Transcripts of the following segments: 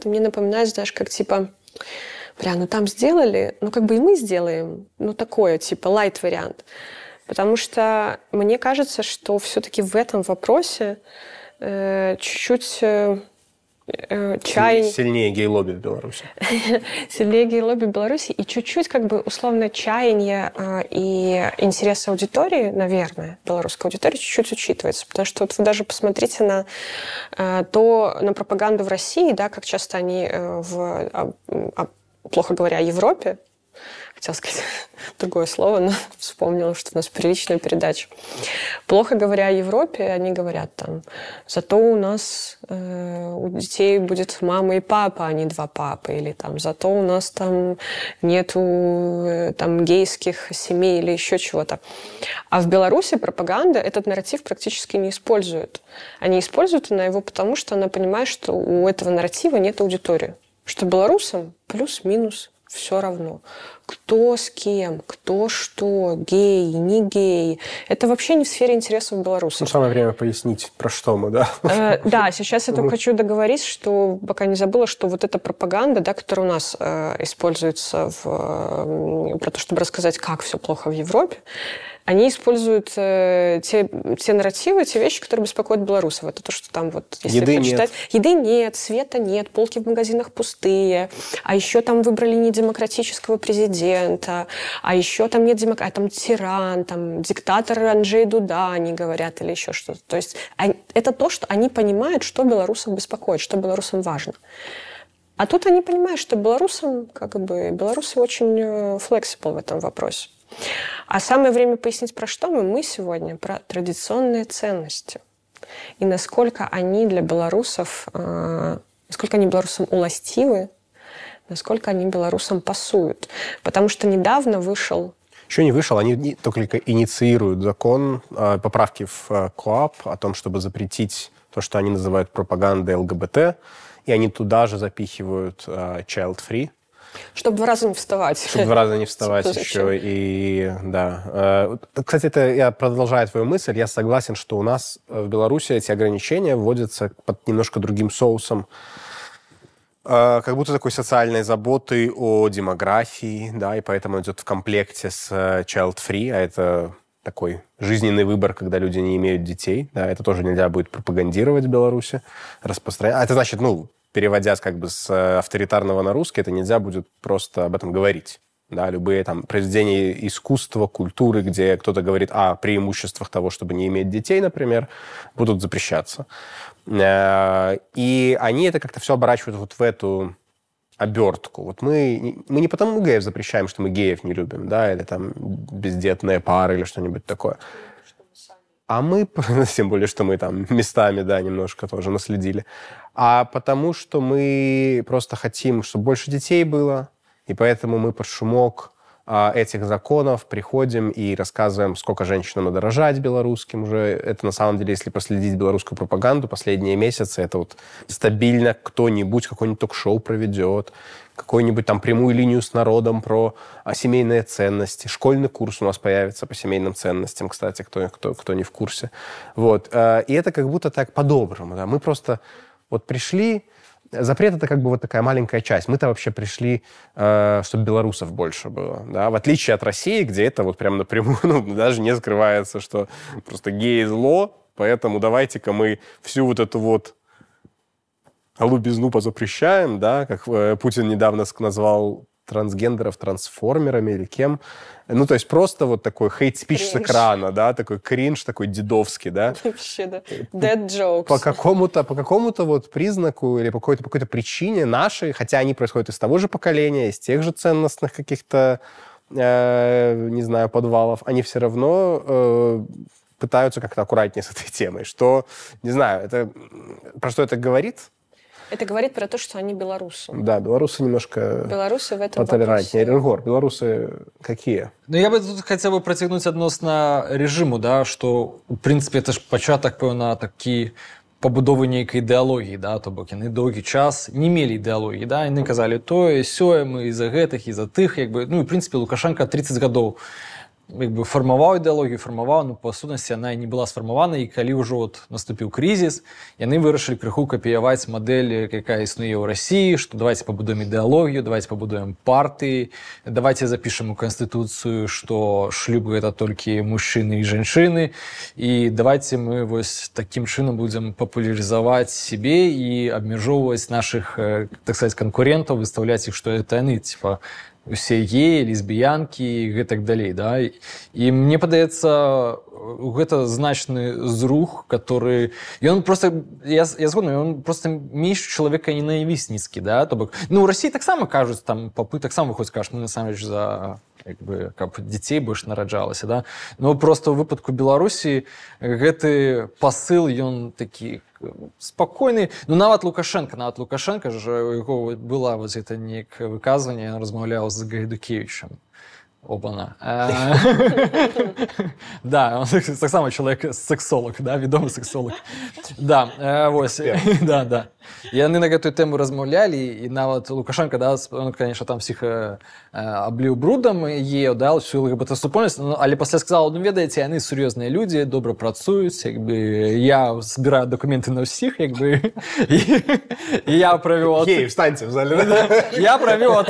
это мне напоминает, знаешь, как типа, ну там сделали, как бы и мы сделаем. Такое, типа, лайт-вариант. Потому что мне кажется, что все-таки в этом вопросе чуть-чуть Сильнее гей-лобби в Беларуси. Сильнее гей-лобби в Беларуси и чуть-чуть, как бы, условно, чаяние и интересы аудитории, наверное, белорусской аудитории чуть-чуть учитывается. Потому что вот вы даже посмотрите на пропаганду в России, да, как часто они плохо говоря, о Европе, хотела сказать другое слово, но вспомнила, что у нас приличная передача. Плохо говоря о Европе, они говорят там, зато у нас у детей будет мама и папа, а не два папы, или там, зато у нас там нету там гейских семей или еще чего-то. А в Беларуси пропаганда этот нарратив практически не использует. Они используют его потому, что она понимает, что у этого нарратива нет аудитории. Что белорусам плюс-минус все равно. Кто с кем, кто что, гей, не гей. Это вообще не в сфере интересов белорусов. Самое время пояснить, про что мы, да? Да, сейчас я только хочу договорить, что пока не забыла, что вот эта пропаганда, да, которая у нас используется про то, чтобы рассказать, как все плохо в Европе, они используют те нарративы, те вещи, которые беспокоят белорусов. Это то, что там вот, если еды почитать... Нет. Еды нет, света нет, полки в магазинах пустые, а еще там выбрали недемократического президента, а еще там нет демократии, там тиран, там диктатор Анджей Дуда, они говорят, или еще что-то. То есть это то, что они понимают, что белорусов беспокоит, что белорусам важно. А тут они понимают, что белорусы очень flexible в этом вопросе. А самое время пояснить, про что мы сегодня, про традиционные ценности. И насколько они для белорусов, насколько они белорусам уластивы, насколько они белорусам пасуют. Потому что недавно вышел... Еще не вышел, они только инициируют закон, поправки в КоАП о том, чтобы запретить то, что они называют пропагандой ЛГБТ, и они туда же запихивают child-free. Чтобы 2 раза не вставать. Чтобы 2 раза не вставать еще. И, да. Кстати, это я продолжаю твою мысль. Я согласен, что у нас в Беларуси эти ограничения вводятся под немножко другим соусом. Как будто такой социальной заботы о демографии, да, и поэтому идет в комплекте с child-free, а это такой жизненный выбор, когда люди не имеют детей. Да, это тоже нельзя будет пропагандировать в Беларуси, распространять. А это значит, переводя как бы с авторитарного на русский, это нельзя будет просто об этом говорить. Да, любые там произведения искусства, культуры, где кто-то говорит о преимуществах того, чтобы не иметь детей, например, будут запрещаться. И они это как-то все оборачивают вот в эту обертку. Вот мы не потому геев запрещаем, что мы геев не любим, да, или там бездетные пары или что-нибудь такое. А мы, тем более, что мы там местами, да, немножко тоже наследили, а потому что мы просто хотим, чтобы больше детей было, и поэтому мы под шумок этих законов приходим и рассказываем, сколько женщинам надо рожать белорусским уже. Это, на самом деле, если проследить белорусскую пропаганду, последние месяцы, это вот стабильно кто-нибудь какое-нибудь ток-шоу проведет, какую-нибудь там прямую линию с народом про семейные ценности. Школьный курс у нас появится по семейным ценностям, кстати, кто не в курсе. Вот. И это как будто так по-доброму. Да? Мы просто вот пришли... Запрет — это как бы вот такая маленькая часть. Мы-то вообще пришли, чтобы белорусов больше было. Да? В отличие от России, где это вот прям напрямую, даже не скрывается, что просто геи зло, поэтому давайте-ка мы всю вот эту вот голубизну позапрещаем, да, как Путин недавно назвал трансгендеров трансформерами или кем. То есть просто вот такой хейт-спич с экрана, да, такой кринж, такой дедовский, да. Вообще, да. Dead jokes. По какому-то вот признаку или по какой-то причине наши, хотя они происходят из того же поколения, из тех же ценностных каких-то, не знаю, подвалов, они все равно пытаются как-то аккуратнее с этой темой. Что, не знаю, это про что это говорит? Это говорит про то, что они белорусы. Да, белорусы немножко белорусы в этом потолерантнее. Рыгор, белорусы какие? Я бы тут хотел бы працягнуць адносна рэжыму, да, што, у прынцыпе, это ж пачатак, пэўна, такі пабудовы нейкай ідэалогіі, да, то бок яны доўгі час не мелі ідэалогіі, да, яны казалі тое, сёе, мы і за гэтых, і за тых, як бы, і, в прынцыпе, Лукашенко 30 гадоў як бы фармаваў ідэалогію, фармаваў, ну, па сутнасці, яна не была сфармавана, і калі ўжо вот наступіў крызіс, яны вырашылі крыху капіяваць мадэль, якая існуе ў Расіі, што давайте пабудуем ідэалогію, давайте пабудуем партыі, давайте запішам у Канстытуцыю, што шлюб гэта толькі мужчыны і жанчыны, і давайте мы вось такім чынам будзем папулярызаваць сябе і абмяжоўваць нашых, так сказать, канкурентаў, выставляць іх, што это яны, типа, усе геі, лесбіянкі і гэтак далей, да? І мне падаецца, гэта значны зрух, который... Ён просто... Я згодны, ён просто менш чалавека ненавісніцкі, да? То бок, ну, ў Расіі таксама кажуць, там, папы таксама выходзяць, кажуць, мы насамрэч за... як бы, каб дзяцей больш нараджалася, да? Но просто ў выпадку Беларусі гэты пасыл, ён такі спакойны. Ну, нават Лукашенко ж, у яго была вот гэта нейкае выказванне, ён размаўляў з Гайдукевічем. Обана. Да, он таксама чалавек-сексолог, да, вядомы сексолог. Да, вось, да. Яны на гэтую тэму размаўлялі, і нават Лукашенко, да, он, конечно, там всіх абліў брудам, еў, да, всю ЛГБТ-супольнасць, але пасля сказал, ну, ведаеце, яны сур'ёзныя людзі, добра працуюць, як бы, я збіраю документы на ўсіх, як бы, і я правёў... Геі, встаньце в зале. Я правёў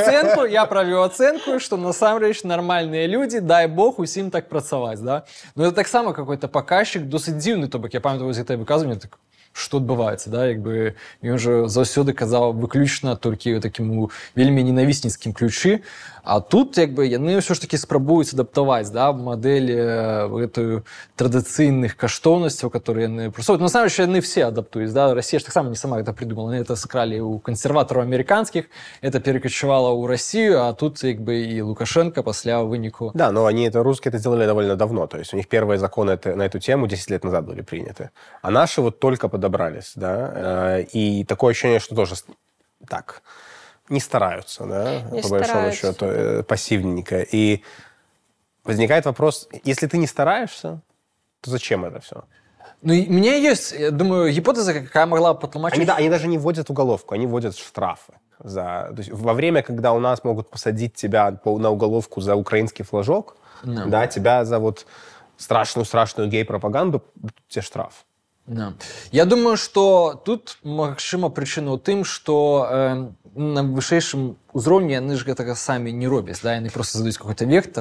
ацэнку, што насамрэч нормальные люди, дай бог усім так працаваць, да? Но это таксама какой-то показчик досыць дзіўны, то бок я памятаю вось гэтае выказванне, так што адбываецца, да, як бы ён жа заўсёды казаў выключна толькі такім вельмі ненавісніцкім ключы, а тут як бы яны ўсё ж такі спрабуюць адаптаваць, да, мадэль гэтую традыцыйных каштоўнасцяў, которые яны прасоўваюць. Насамрэч яны все адаптуюць, да, Расія ж таксама не сама гэта придумала, яны это скралі у кансерватараў амерыканскіх, это перекочевало у Россию, а тут як бы и Лукашенко пасля выніку. Да, но они русские это делали довольно давно, то есть у них первые законы на эту тему 10 лет назад были приняты, а наши вот только подобрались, да, и такое ощущение, что тоже так не стараются, да, не по большому счету, пассивненько. И возникает вопрос, если ты не стараешься, то зачем это все? Ну, у меня есть, я думаю, гипотеза, какая могла потолмачить. Они даже не вводят уголовку, они вводят штрафы. То есть во время, когда у нас могут посадить тебя на уголовку за украинский флажок, да, тебя за вот страшную гей-пропаганду, тебе штраф. Да. Я думаю, что тут магчыма прычына ў тым, што на вышэйшым узроўні яны ж гэтага самі не робяць, да, яны просто задаюць какой-то вектор,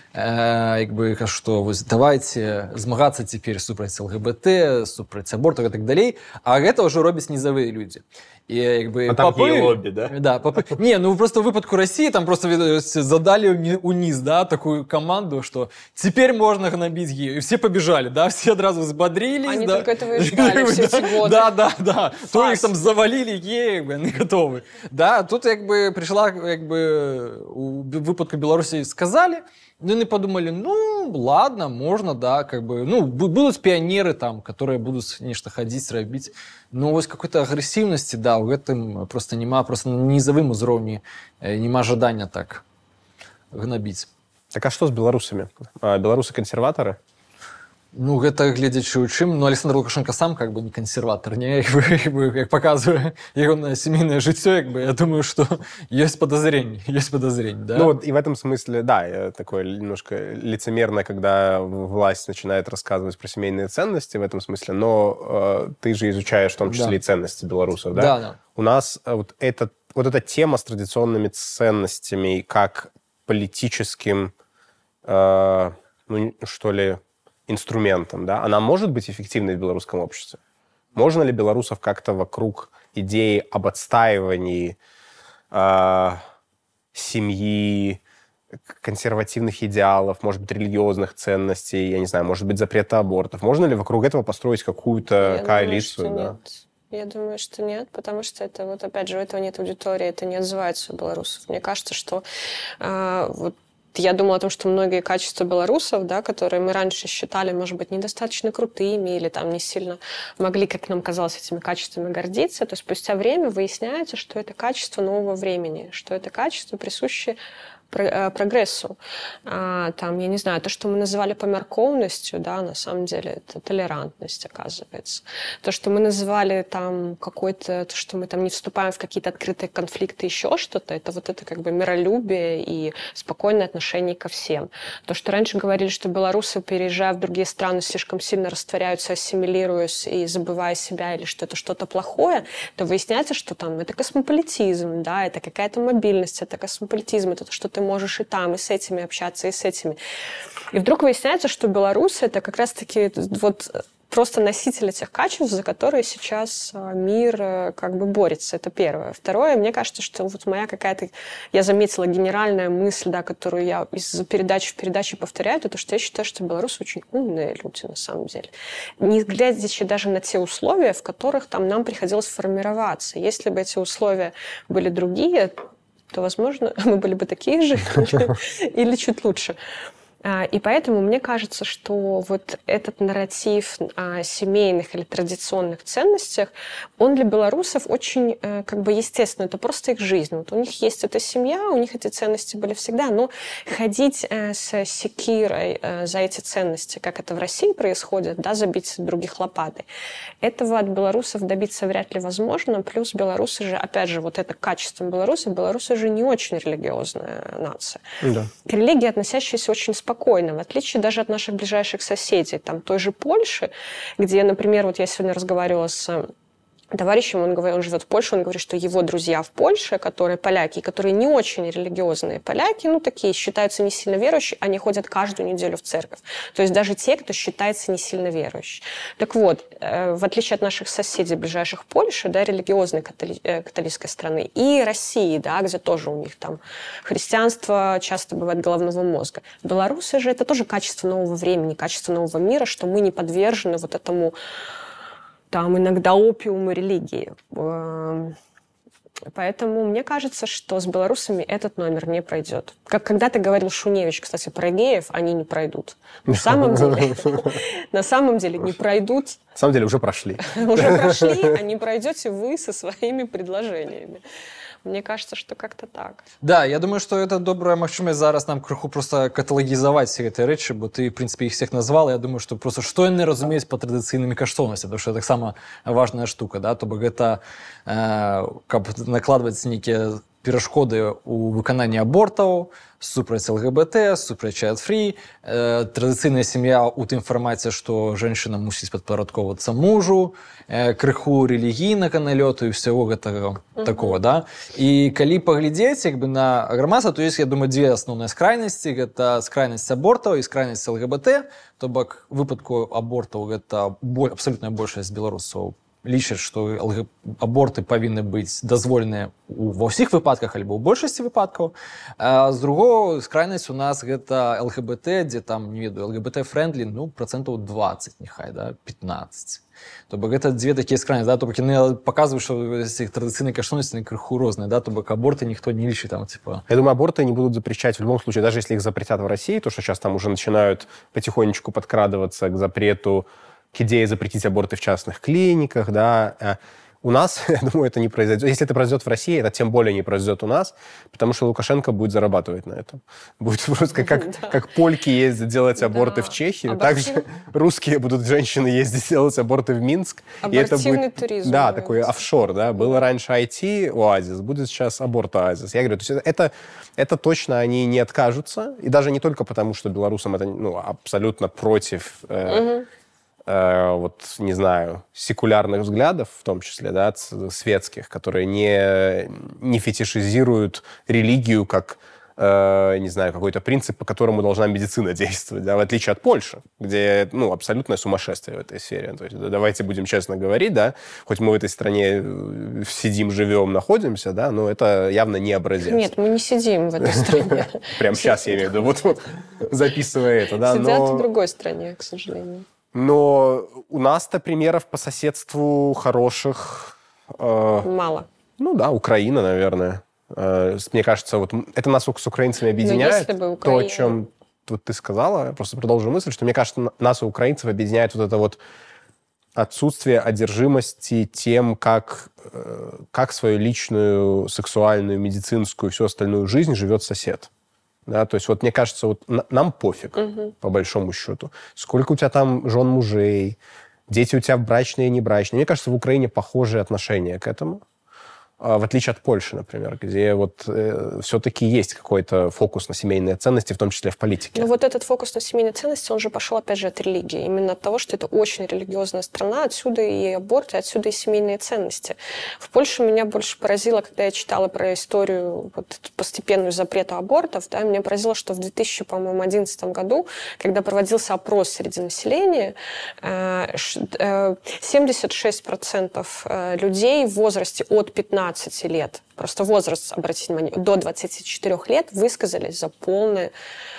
як бы кажу, што вось давайте змагацца цяпер супраць ЛГБТ, супраць абортаў і так далей, а гэта ўжо робяць нізавыя людзі. І як бы папы, лобби, да? Да, папы. Не, ну просто в выпадку России там просто задали униз, да, такую команду, что теперь можно гнобить геев. И все побежали, да, все одразу взбодрились. Они да. только этого и ждали все эти годы. Да. То их там завалили геи, они готовы. Да, тут как бы пришла, как бы у выпадку Беларуси сказали, ну, они подумали, ну, ладно, можно, да, как бы, ну, будут пионеры там, которые будут нечто ходить, робить, но вот какой-то агрессивности, да, в этом просто нема, просто на низовым узроўні нема жадання так гнобить. Так а что с белорусами? Белорусы консерваторы? Ну, гэта гледзячы ў чым, ну, Александр Лукашенко сам как бы не консерватор, не, як показывае его на семейное жыццё, как бы, я думаю, что есть подозрение, да? Ну, вот и в этом смысле, да, такое немножко лицемерно, когда власть начинает рассказывать про семейные ценности в этом смысле, но ты же изучаешь в том числе и ценности белорусов, да? Да. У нас вот эта тема с традиционными ценностями как политическим, ну, что ли, инструментом, да, она может быть эффективной в белорусском обществе? Можно ли белорусов как-то вокруг идеи об отстаивании семьи, консервативных идеалов, может быть, религиозных ценностей, я не знаю, может быть, запрета абортов, можно ли вокруг этого построить какую-то коалицию? Думаю, да? Я думаю, что нет, потому что это, вот опять же, у этого нет аудитории, это не отзывается у белорусов. Мне кажется, что вот я думала о том, что многие качества белорусов, да, которые мы раньше считали, может быть, недостаточно крутыми или там не сильно могли, как нам казалось, этими качествами гордиться, то спустя время выясняется, что это качество нового времени, что это качество, присущее прогрессу. Там, я не знаю, то, что мы называли помяркованностью, да, на самом деле это толерантность, оказывается. То, что мы называли там какой-то, то, что мы там не вступаем в какие-то открытые конфликты, еще что-то, это вот это как бы миролюбие и спокойное отношение ко всем. То, что раньше говорили, что белорусы, переезжая в другие страны, слишком сильно растворяются, ассимилируясь и забывая себя, или что это что-то плохое, то выясняется, что там это космополитизм, да, это какая-то мобильность, это космополитизм, это то, что ты можешь и там, и с этими общаться, и с этими. И вдруг выясняется, что белорусы — это как раз-таки вот просто носитель этих качеств, за которые сейчас мир как бы борется. Это первое. Второе, мне кажется, что вот моя какая-то, я заметила, генеральная мысль, да, которую я из передачи в передачу повторяю, это то, что я считаю, что белорусы очень умные люди на самом деле. Не глядя даже на те условия, в которых там нам приходилось формироваться. Если бы эти условия были другие, то, возможно, мы были бы такие же или чуть лучше. И поэтому мне кажется, что вот этот нарратив о семейных или традиционных ценностях, он для белорусов очень как бы естественно, это просто их жизнь. Вот у них есть эта семья, у них эти ценности были всегда, но ходить с секирой за эти ценности, как это в России происходит, да, забить других лопатой, этого от белорусов добиться вряд ли возможно. Плюс белорусы же, опять же, вот это качество белорусы же не очень религиозная нация. Да. К религии относящиеся очень спокойно, в отличие даже от наших ближайших соседей, там той же Польши, где, например, вот я сегодня разговаривала с товарищем, он живет в Польше, он говорит, что его друзья в Польше, которые поляки, которые не очень религиозные поляки, ну, такие, считаются не сильно верующие, они ходят каждую неделю в церковь. То есть даже те, кто считается не сильно верующим. Так вот, в отличие от наших соседей, ближайших в Польше, да, религиозной католической страны, и России, да, где тоже у них там христианство часто бывает головного мозга. Белорусы же это тоже качество нового времени, качество нового мира, что мы не подвержены вот этому там иногда опиуму религии. Поэтому мне кажется, что с белорусами этот номер не пройдет. Как когда-то говорил Шуневич, кстати, про геев, они не пройдут. На самом деле не пройдут. На самом деле уже прошли. Уже прошли, а не пройдете вы со своими предложениями. Мне кажется, что как-то так. Да, я думаю, что это добрая магчымасць зараз нам крыху просто каталагізаваць все гэтыя рэчы, бо ты, в принципе, их всех назвал. Я думаю, что просто што яны разумеюць па традыцыйнымі каштоўнасцям, потому что это таксама важная штука, да, то бок гэта каб накладваць нейкія перашкоды у выкананні абортаў, супраць ЛГБТ, супраць child-free, традыцыйная сям'я у тым фармаце, што жанчына мусіць падпарадкоўвацца мужу, крыху рэлігійнага налёту і ўсяго гэтага такого, да. І калі паглядзець як бы на грамадства, то ёсць, я думаю, дзве асноўныя скрайнасці. Гэта скрайнасць абортаў і скрайнасць ЛГБТ. То бок у выпадку абортаў гэта абсалютная большасць беларусаў лічаць, што аборты павінны быць дазволеныя ва ўсіх выпадках альбо ў большасці выпадкаў. А з другого скрайнасць у нас гэта ЛГБТ, дзе там, не ведаю, ЛГБТ-френдли, ну, процентаў 20, няхай, да, 15. То бок гэта дзве такія скрайнасці, да, то бок яны паказваюць, што іх традыцыйныя каштоўнасці крыху розныя, да, то бок аборты никто не лічыць там, типа... Я думаю, аборты не будут запрещать в любом случае, даже если их запретят в России, то, что сейчас там уже начинают потихонечку подкрадываться к запрету, к идее запретить аборты в частных клиниках, да. У нас, я думаю, это не произойдет. Если это произойдет в России, это тем более не произойдет у нас, потому что Лукашенко будет зарабатывать на этом. Будет просто как польки ездят делать аборты в Чехию, так же русские будут женщины ездить делать аборты в Минск. Абортивный туризм. Да, такой офшор, да. Было раньше IT-оазис, будет сейчас аборт-оазис. Я говорю, то есть это точно они не откажутся, и даже не только потому, что белорусам это абсолютно против... вот, не знаю, секулярных взглядов, в том числе, да, светских, которые не фетишизируют религию как, не знаю, какой-то принцип, по которому должна медицина действовать, да, в отличие от Польши, где, ну, абсолютное сумасшествие в этой сфере. То есть, давайте будем честно говорить, да, хоть мы в этой стране сидим, живем, находимся, да, но это явно не образец. Нет, мы не сидим в этой стране. Прямо сейчас, я имею в виду, вот записывая это, да. Сидят в другой стране, к сожалению. Но у нас-то примеров по соседству хороших... Мало. Ну да, Украина, наверное. Мне кажется, вот это нас с украинцами объединяет. То, о чем вот ты сказала, я просто продолжу мысль, что, мне кажется, нас, украинцев, объединяет вот это вот отсутствие одержимости тем, как свою личную, сексуальную, медицинскую и всю остальную жизнь живет сосед. Да? То есть вот мне кажется, вот нам пофиг, по большому счету. Сколько у тебя там жен мужей, дети у тебя брачные, не брачные. Мне кажется, в Украине похожие отношения к этому. В отличие от Польши, например, где вот все-таки есть какой-то фокус на семейные ценности, в том числе в политике. Но вот этот фокус на семейные ценности, он же пошел, опять же, от религии. Именно от того, что это очень религиозная страна, отсюда и аборт, и отсюда и семейные ценности. В Польше меня больше поразило, когда я читала про историю вот, постепенную запрета абортов, да, меня поразило, что в 2011 году, когда проводился опрос среди населения, 76% людей в возрасте от 15 лет, просто возраст, обратите внимание, до 24 лет высказались за полный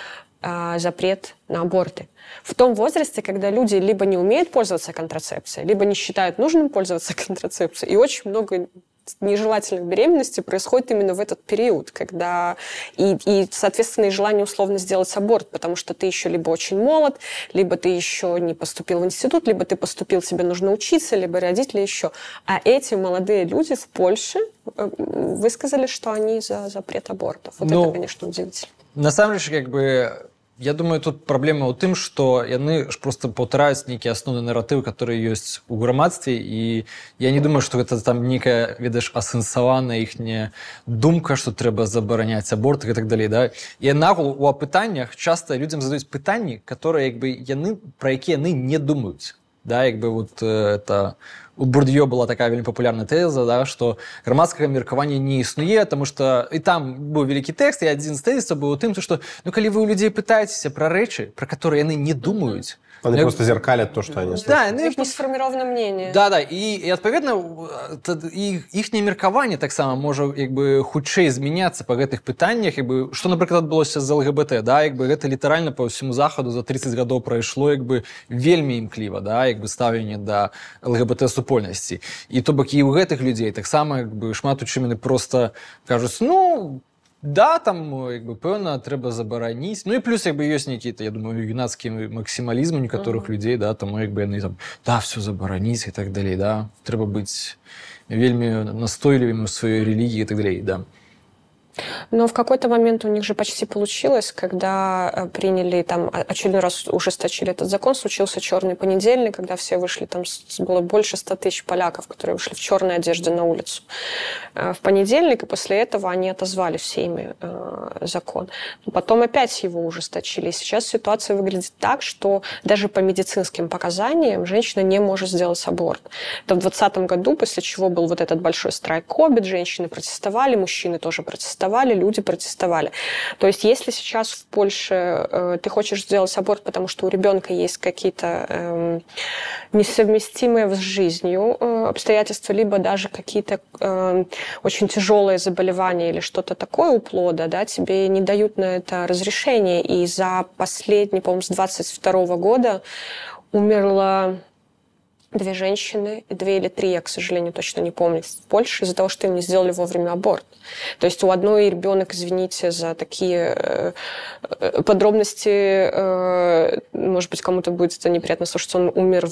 запрет на аборты. В том возрасте, когда люди либо не умеют пользоваться контрацепцией, либо не считают нужным пользоваться контрацепцией, и очень много нежелательных беременностей происходит именно в этот период, когда и соответственно, и желание условно сделать аборт, потому что ты еще либо очень молод, либо ты еще не поступил в институт, либо ты поступил, тебе нужно учиться, либо родители еще. А эти молодые люди в Польше высказали, что они за запрет абортов. Вот это, конечно, удивительно. На самом деле, как бы, я думаю, тут праблема ў тым, што яны ж просто паўтараюць нейкія асноўныя наратывы, которые ёсць у грамадстве, і я не думаю, што гэта там нейкая, ведаеш, асэнсаваная іхняя думка, што трэба забараняць аборт і так далей, да? І нагул у апытаннях часта людзям задаюць пытанні, которые, як бы, яны, пра якія яны не думаюць. Да, як бы вот это у Бурдьё была такая вельмі папулярная тэза, да, што грамадскага меркавання не існуе, таму што і там быў вялікі тэкст, і адзін з тэзісаў быў у тым, што ну, калі вы ў людзей пытаецеся пра рэчы, пра которые яны не думаюць, они просто зеркалят то, что они слышат. Да, у них не сфарміровано мнение. Да, і адпаведна іхняе меркаванне таксама можа як бы хутчэй змяняцца па гэтых пытаннях, як бы што, напрыклад, адбылося з ЛГБТ, да, як бы гэта літаральна па ўсяму захаду за 30 гадоў прайшло як бы вельмі імкліва, да, як бы ставленне да ЛГБТ супольнасці. І то бок і ў гэтых людзей таксама як бы шмат у чым яны проста кажуць, ну да, там, як бы, пэўна, трэба забараніць. Ну і плюс, як бы, ёсць нейкі, я думаю, юнацкі максімалізм у некаторых людзей, да, таму, як бы, яны там, да, все забараніць і так далей, да. Трэба быць вельмі настойлівым у сваёй рэлігіі і так далей, да. Но в какой-то момент у них же почти получилось, когда приняли, там, очередной раз ужесточили этот закон, случился черный понедельник, когда все вышли, там было больше 100 тысяч поляков, которые вышли в черной одежде на улицу в понедельник, и после этого они отозвали в Сейме закон. Но потом опять его ужесточили. И сейчас ситуация выглядит так, что даже по медицинским показаниям женщина не может сделать аборт. Это в 2020 году, после чего был вот этот большой страйк Кобит, женщины протестовали, мужчины тоже протестовали, люди протестовали. То есть если сейчас в Польше ты хочешь сделать аборт, потому что у ребенка есть какие-то несовместимые с жизнью обстоятельства, либо даже какие-то очень тяжелые заболевания или что-то такое у плода, да, тебе не дают на это разрешение. И за последний, по-моему, с 22 года умерло 2 женщины, 2 или 3, я, к сожалению, точно не помню, в Польше из-за того, что им не сделали вовремя аборт. То есть у одной ребенок, извините за такие подробности, может быть, кому-то будет это неприятно слушать, он умер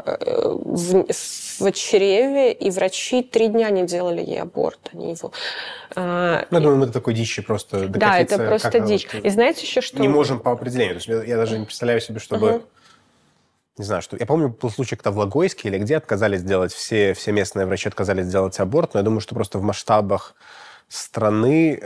в чреве, и врачи 3 дня не делали ей аборт. Они его... Я думаю, это такой дичи просто докатиться. Да, это просто дичь. Вот, и знаете еще что? Не можем по определению. То есть я даже не представляю себе, чтобы... Не знаю, что... Я помню, был случай, когда в Логойске или где отказались делать, все местные врачи отказались делать аборт, но я думаю, что просто в масштабах страны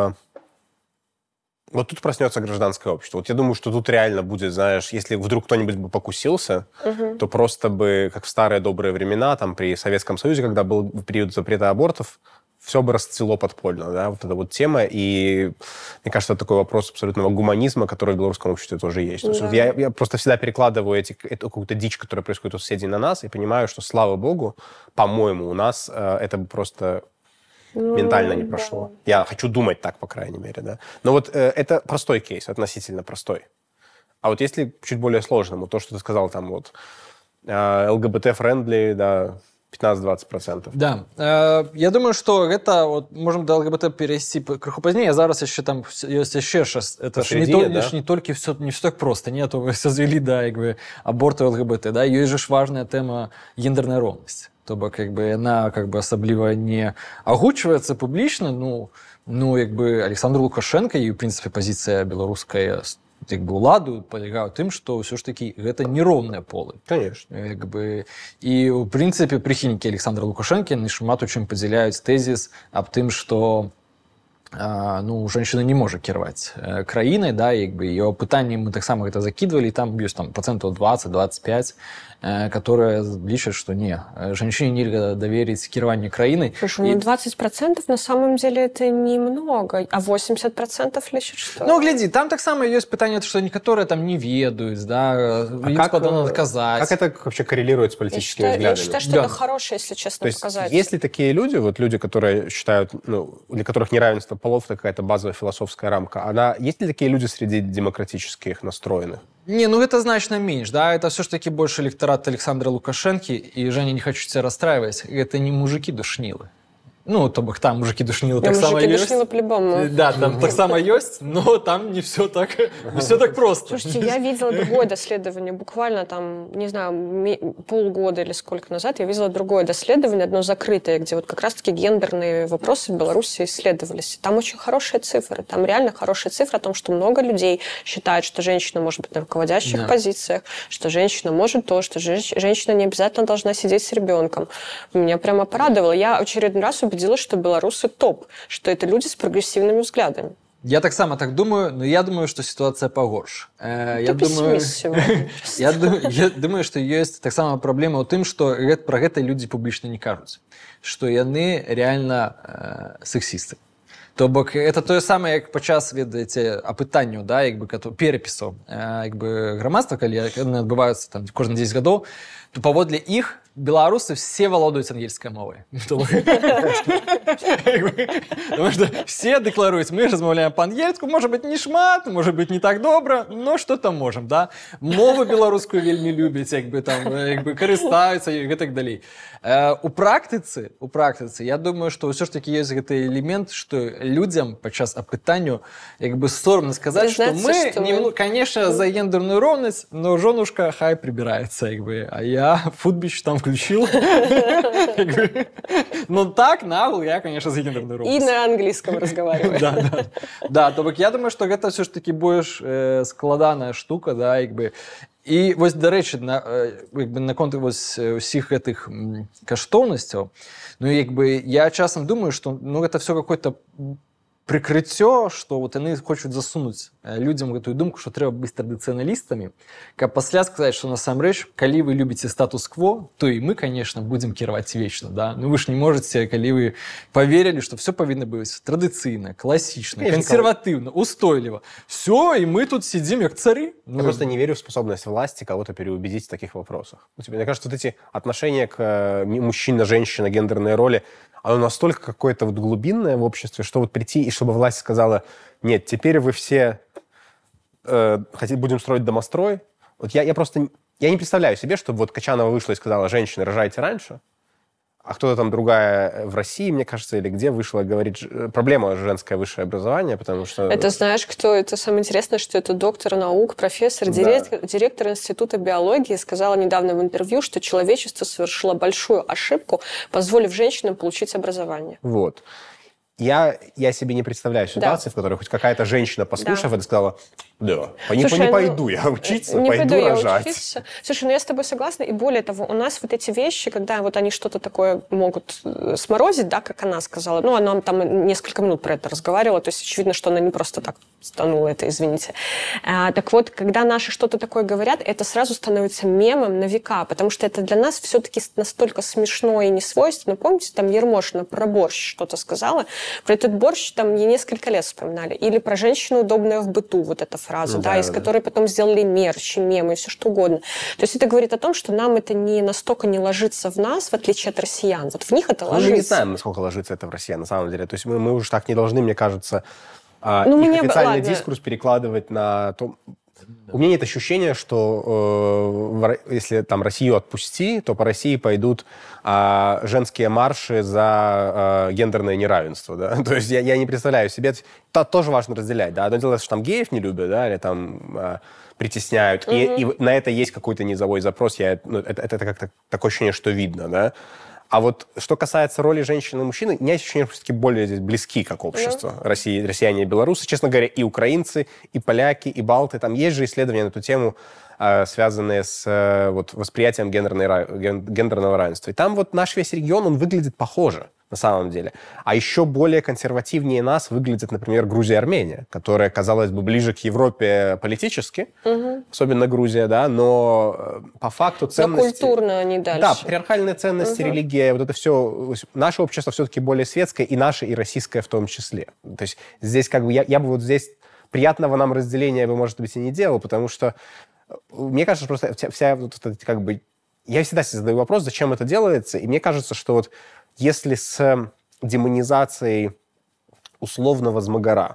вот тут проснется гражданское общество. Вот я думаю, что тут реально будет, знаешь, если вдруг кто-нибудь бы покусился, то просто бы, как в старые добрые времена, там при Советском Союзе, когда был период запрета абортов, все бы расцвело подпольно, да, вот эта вот тема. И мне кажется, это такой вопрос абсолютного гуманизма, который в белорусском обществе тоже есть. То есть вот я просто всегда перекладываю эту какую-то дичь, которая происходит у соседей на нас, и понимаю, что, слава богу, по-моему, у нас это бы просто ментально не прошло. Да. Я хочу думать так, по крайней мере, да. Но вот это простой кейс, относительно простой. А вот если чуть более сложному, то, что ты сказал, там вот ЛГБТ-френдли, да, 15-20%. Да. Я думаю, што гэта вот, можем да ЛГБТ перайсці крыху пазней, а зараз яшчэ там ёсць яшчэ шас. Это ж не толькі все не так проста, не, то вы все звялі да як бы аборту ЛГБТ, да, ёсць жа ж важная тэма гендерная роўнасць. То бок яна асабліва не агучваецца публічна, Александр Лукашенко і, ў прынцыпе, пазіцыя беларуская уладу палягае ў тым, што ўсё ж такі гэта нероўныя полы. Конечно. І, ў прынцыпе, прыхільнікі Александра Лукашэнкі яны шмат у чым падзяляюць тэзіс аб тым, што женщина не можа кіраваць краінай, её пытанні мы таксама гэта закідвалі, там ёсць процентаў 20-25, которые лічаць, што не, женщине нельга доверить кіраванне краіной. Слушай, 20% на самом деле это немного, а 80% лічаць, што... Глядзі, там таксама ёсць пытанне, што некаторыя там не ведаюць, ім складана доказаць. Как это вообще коррелирует с политическими взглядами? Я считаю, что это хорошее, если честно сказать. Есть ли такие люди, люди, которые считают, для которых неравенство полов какая-то базовая философская рамка, есть ли такие люди среди демократических настроенных? Не, это значно меньше, это все ж таки больше электорат Александра Лукашенки, и, Женя, не хочу тебя расстраивать, это не мужики-душнилы. То бок там мужики-душнилы так само есть. Мужики-душнилы по-любому. Да, там так само есть, но там не все так просто. Слушайте, я видела другое доследование, буквально там, не знаю, полгода или сколько назад, я видела другое доследование, одно закрытое, где вот как раз-таки гендерные вопросы в Беларуси исследовались. Там очень хорошие цифры, там реально хорошие цифры о том, что много людей считают, что женщина может быть на руководящих позициях, что женщина может то, что женщина не обязательно должна сидеть с ребенком. Меня прямо порадовало. Я очередной раз убедилась, что белорусы топ, что это люди с прогрессивными взглядами. Я так само так думаю, но я думаю, что ситуация погорше. Я думаю, что есть так само проблема у тым, что про гэта люди публічна не кажуць, что яны реально сексисты. То бок это тое самае, як падчас, ведаеце, апытанняў, перапісаў грамадства, калі яны адбываюцца там кожны 10 гадоў, то паводле іх беларусы все валодаюць ангельскай мовай. Потому что все декларуюць, мы размаўляем па-ангельску, можа быць не шмат, можа быць не так добра, но что там можем, да? Мову беларускую вельмі любяць, карыстаюцца і гэтак далей. У практыцы, я думаю, што ўсё ж такі ёсць гэты элемент, што людзям падчас апытанню соромна сказаць, што мы, конечно, за гендерную роўнасць, но жонушка хай прибирается, а я футбіч там включил. Но так, нагло, я, конечно, за гендерную роўнасць. И на английском разговариваю. Да, то бок я думаю, што гэта ўсё ж такі больш складаная штука, І вось, дарэчы, наконт усіх гэтых каштоўнасцяў, я часам думаю, што гэта все какое-то прыкрыццё, што яны хочуць засунуць людзям гэтую думку, што трэба быць традыцыяналістамі, каб пасля сказаць, што насамрэч, калі вы любіце статус-кво, то і мы, конечно, будзем кіраваць вечна, да? Вы ж не можаце, калі вы поверили, што все павінна быць традыцыйна, класічна, консерватыўна, устойліва. Все, и мы тут сидим як цары. Я просто не верю в способность власти кого-то переубедить в таких вопросах. Мне кажется, эти отношения к мужчина-женщина, гендерные роли, оно настолько какое-то глубинное в обществе, что прийти, и чтобы власть сказала, нет, теперь вы все будем строить домострой. Я не представляю себе, чтобы Качанова вышла и сказала, женщины, рожайте раньше, а кто-то там другая в России, мне кажется, или где вышла, говорит, проблема женское высшее образование, потому что... Это знаешь, кто? Это самое интересное, что это доктор наук, профессор, директор Института биологии, сказала недавно в интервью, что человечество совершило большую ошибку, позволив женщинам получить образование. Вот. Я себе не представляю ситуации, в которой хоть какая-то женщина, послушав это, сказала, не пойду я учиться, пойду рожать. Слушай, я с тобой согласна, и более того, у нас эти вещи, когда они что-то такое могут сморозить, как она сказала, она там несколько минут про это разговаривала, то есть очевидно, что она не просто так станула это, извините. Так вот, когда наши что-то такое говорят, это сразу становится мемом на века, потому что это для нас все-таки настолько смешно и несвойственно. Помните, там Ермошина про борщ что-то сказала? Про этот борщ там не несколько лет вспоминали. Или про женщину, удобная в быту, вот эта фраза, из которой потом сделали мерч, мемы и все что угодно. То есть это говорит о том, что нам это настолько не ложится в нас, в отличие от россиян. Вот в них это ложится. Мы не знаем, насколько ложится это в россиян, на самом деле. То есть мы уже так не должны, мне кажется, их официальный дискурс перекладывать на то... У меня нет ощущения, что если там Россию отпусти, то по России пойдут женские марши за гендерное неравенство. Да? То есть я не представляю себе... Это тоже важно разделять. Да? Одно дело, что там геев не любят, да, или там притесняют, и на это есть какой-то низовой запрос. Это как-то такое ощущение, что видно. Да? А вот что касается роли женщины и мужчины, у меня есть ощущение, что все-таки более здесь близки как общество. Россияне и белорусы. Честно говоря, и украинцы, и поляки, и балты. Там есть же исследования на эту тему, связанные с вот, восприятием гендерного равенства. И там вот наш весь регион, он выглядит похоже на самом деле. А еще более консервативнее нас выглядит, например, Грузия и Армения, которая, казалось бы, ближе к Европе политически, особенно Грузия, да, но по факту ценности... Но культурно они дальше. Да, патриархальные ценности, религия, вот это все... Наше общество все-таки более светское, и наше, и российское в том числе. То есть здесь как бы... Я бы вот здесь приятного нам разделения бы, может быть, и не делал, потому что мне кажется, просто вся вот эта как бы... Я всегда себе задаю вопрос, зачем это делается, и мне кажется, что вот если с демонизацией условного змагара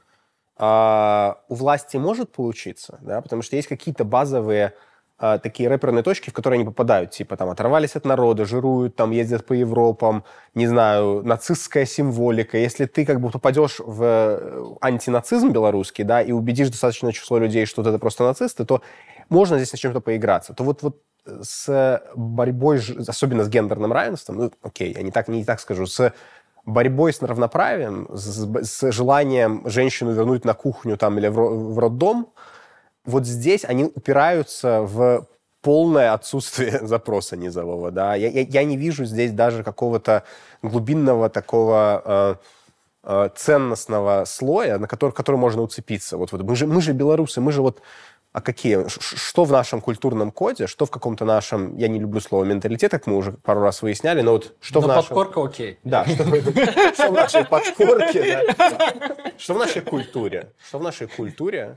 у власти может получиться, да, потому что есть какие-то базовые такие рэперные точки, в которые они попадают, типа там оторвались от народа, жируют, там ездят по Европам, не знаю, нацистская символика. Если ты как бы попадешь в антинацизм белорусский, да, и убедишь достаточное число людей, что это просто нацисты, то можно здесь на чем-то поиграться. То вот с борьбой, особенно с гендерным равенством, ну, окей, я не так скажу, с борьбой с равноправием, с желанием женщину вернуть на кухню там, или в роддом, вот здесь они упираются в полное отсутствие запроса низового. Да? Я не вижу здесь даже какого-то глубинного такого ценностного слоя, на который можно уцепиться. Вот, мы же белорусы, мы же вот... А какие? Что в нашем культурном коде, что в каком-то нашем, я не люблю слово менталитет, как мы уже пару раз выясняли, но вот что в нашем... подкорка окей. Да, что в нашей подкорке, что в нашей культуре. Что в нашей культуре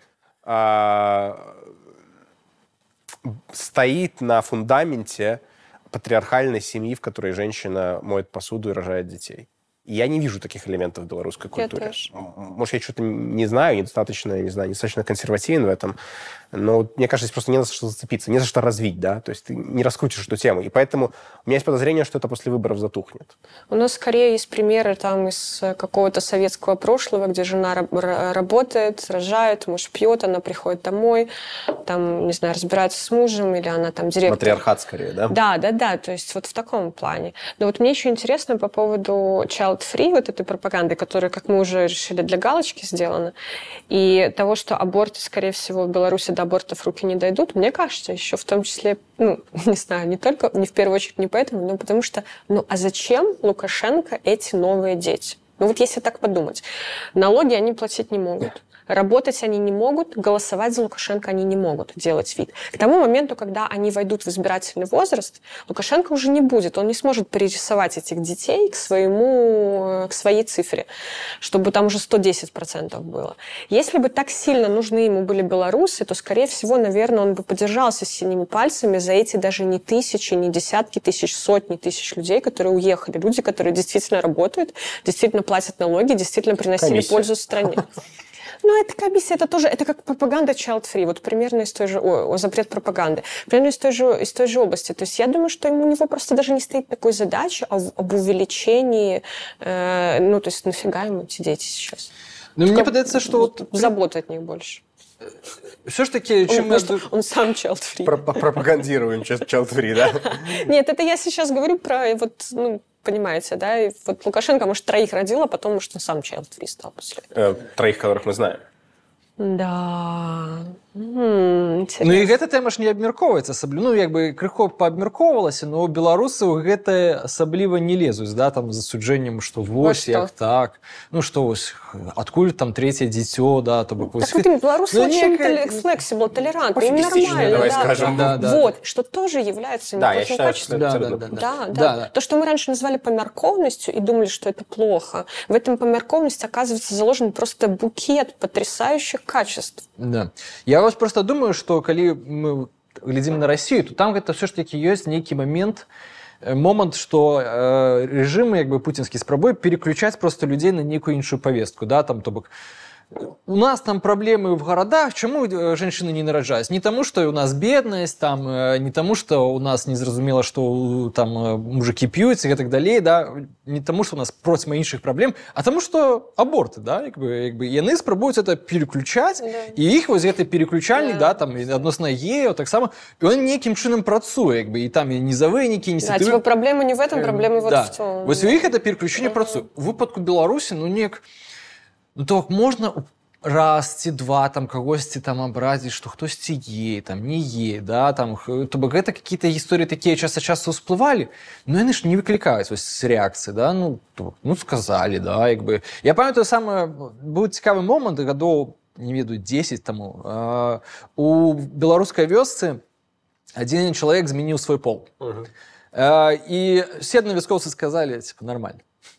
стоит на фундаменте патриархальной семьи, в которой женщина моет посуду и рожает детей. И я не вижу таких элементов в белорусской культуре. Может, я что-то не знаю, недостаточно консервативен в этом, но мне кажется, здесь просто не за что зацепиться, не за что развить, да, то есть ты не раскрутишь эту тему. И поэтому у меня есть подозрение, что это после выборов затухнет. У нас скорее есть примеры там из какого-то советского прошлого, где жена работает, рожает, муж пьет, она приходит домой, там, не знаю, разбирается с мужем, или она там директор. Матриархат скорее, да? Да, то есть вот в таком плане. Но вот мне еще интересно по поводу child-free, вот этой пропаганды, которая, как мы уже решили, для галочки сделана, и того, что аборты, скорее всего, в Беларуси до абортов руки не дойдут, мне кажется, еще в том числе, не знаю, не в первую очередь не поэтому, но потому что, а зачем Лукашенко эти новые дети? Вот если так подумать, налоги они платить не могут. Работать они не могут, голосовать за Лукашенко они не могут, делать вид. К тому моменту, когда они войдут в избирательный возраст, Лукашенко уже не будет. Он не сможет перерисовать этих детей к своей цифре, чтобы там уже 110% было. Если бы так сильно нужны ему были белорусы, то, скорее всего, наверное, он бы подержался синими пальцами за эти даже не тысячи, не десятки тысяч, сотни тысяч людей, которые уехали. Люди, которые действительно работают, действительно платят налоги, действительно приносили пользу стране. Это комиссия, это как пропаганда child-free, вот примерно из той же, запрет пропаганды, примерно из той же области. То есть я думаю, что у него просто даже не стоит такой задачи об увеличении, то есть нафига ему эти дети сейчас? Мне подается, что вот... Заботы от них больше. Все-таки... Он сам child-free. Пропагандируем child-free, да? Нет, это я сейчас говорю про понимаете, да? И вот Лукашенко, может, 3 родил, а потом, может, он сам child-free стал после этого. 3, которых мы знаем. Да. Интересно. І гэта тэма ж не абмяркоўваецца крыху паабмяркоўвалася, но беларусы ў гэта асабліва не лезуць, да, там з засуджэннем, што вось як так, што вось адкуль там 3-е дзіцё, да, то бок так беларусы очень flexible, толерантны, им нормально, давай скажем. Вот, что тоже является неплохим качеством. Да. То, что мы раньше называли помяркоўнасцю и думали, что это плохо, в этом помяркоўнасці оказывается заложен просто букет потрясающих качеств. Да. Я вось просто думаю, што калі мы глядзім на Россию, то там гэта все ж таки ёсць нейкі момант, што рэжымы пуцінскі спрабуе переключаць просто людзей на нейкую іншую павестку, да, там, то бок у нас там проблемы в городах, чему женщины не нараджаюць? Не тому, что у нас беднасць, там, не тому, что у нас незразумела, что там мужики п'юць и так далее, да? Не тому, что у нас процьма іншых праблем, а тому, что аборты, да? Як бы, яны спрабуюць это переключаць, да. И іх вось гэты переключальник, да, там, адносна геяў, таксама, и он неким чынам працуе, як бы, и там и низовые некие инициативы. Да, типа проблема не в этом, проблема вот да. в том. Вось у іх это переключение працуе. В выпадку Беларусі, ну то можна раз ці два там кагосьці там абразіць, што хтосьці е, там не е, да, там, то бок гэта какие-то гісторыі такія часта ўсплывалі, но яны ж не выклікаюць вось рэакцыі, да, ну сказалі, да, як бы. Я памятаю самае, быў цікавы момант гадоў, не ведаю, 10 таму, у беларускай вёсцы адзін чалавек змяніў свой пол. І все аднавяскоўцы сказалі, типа, нормально.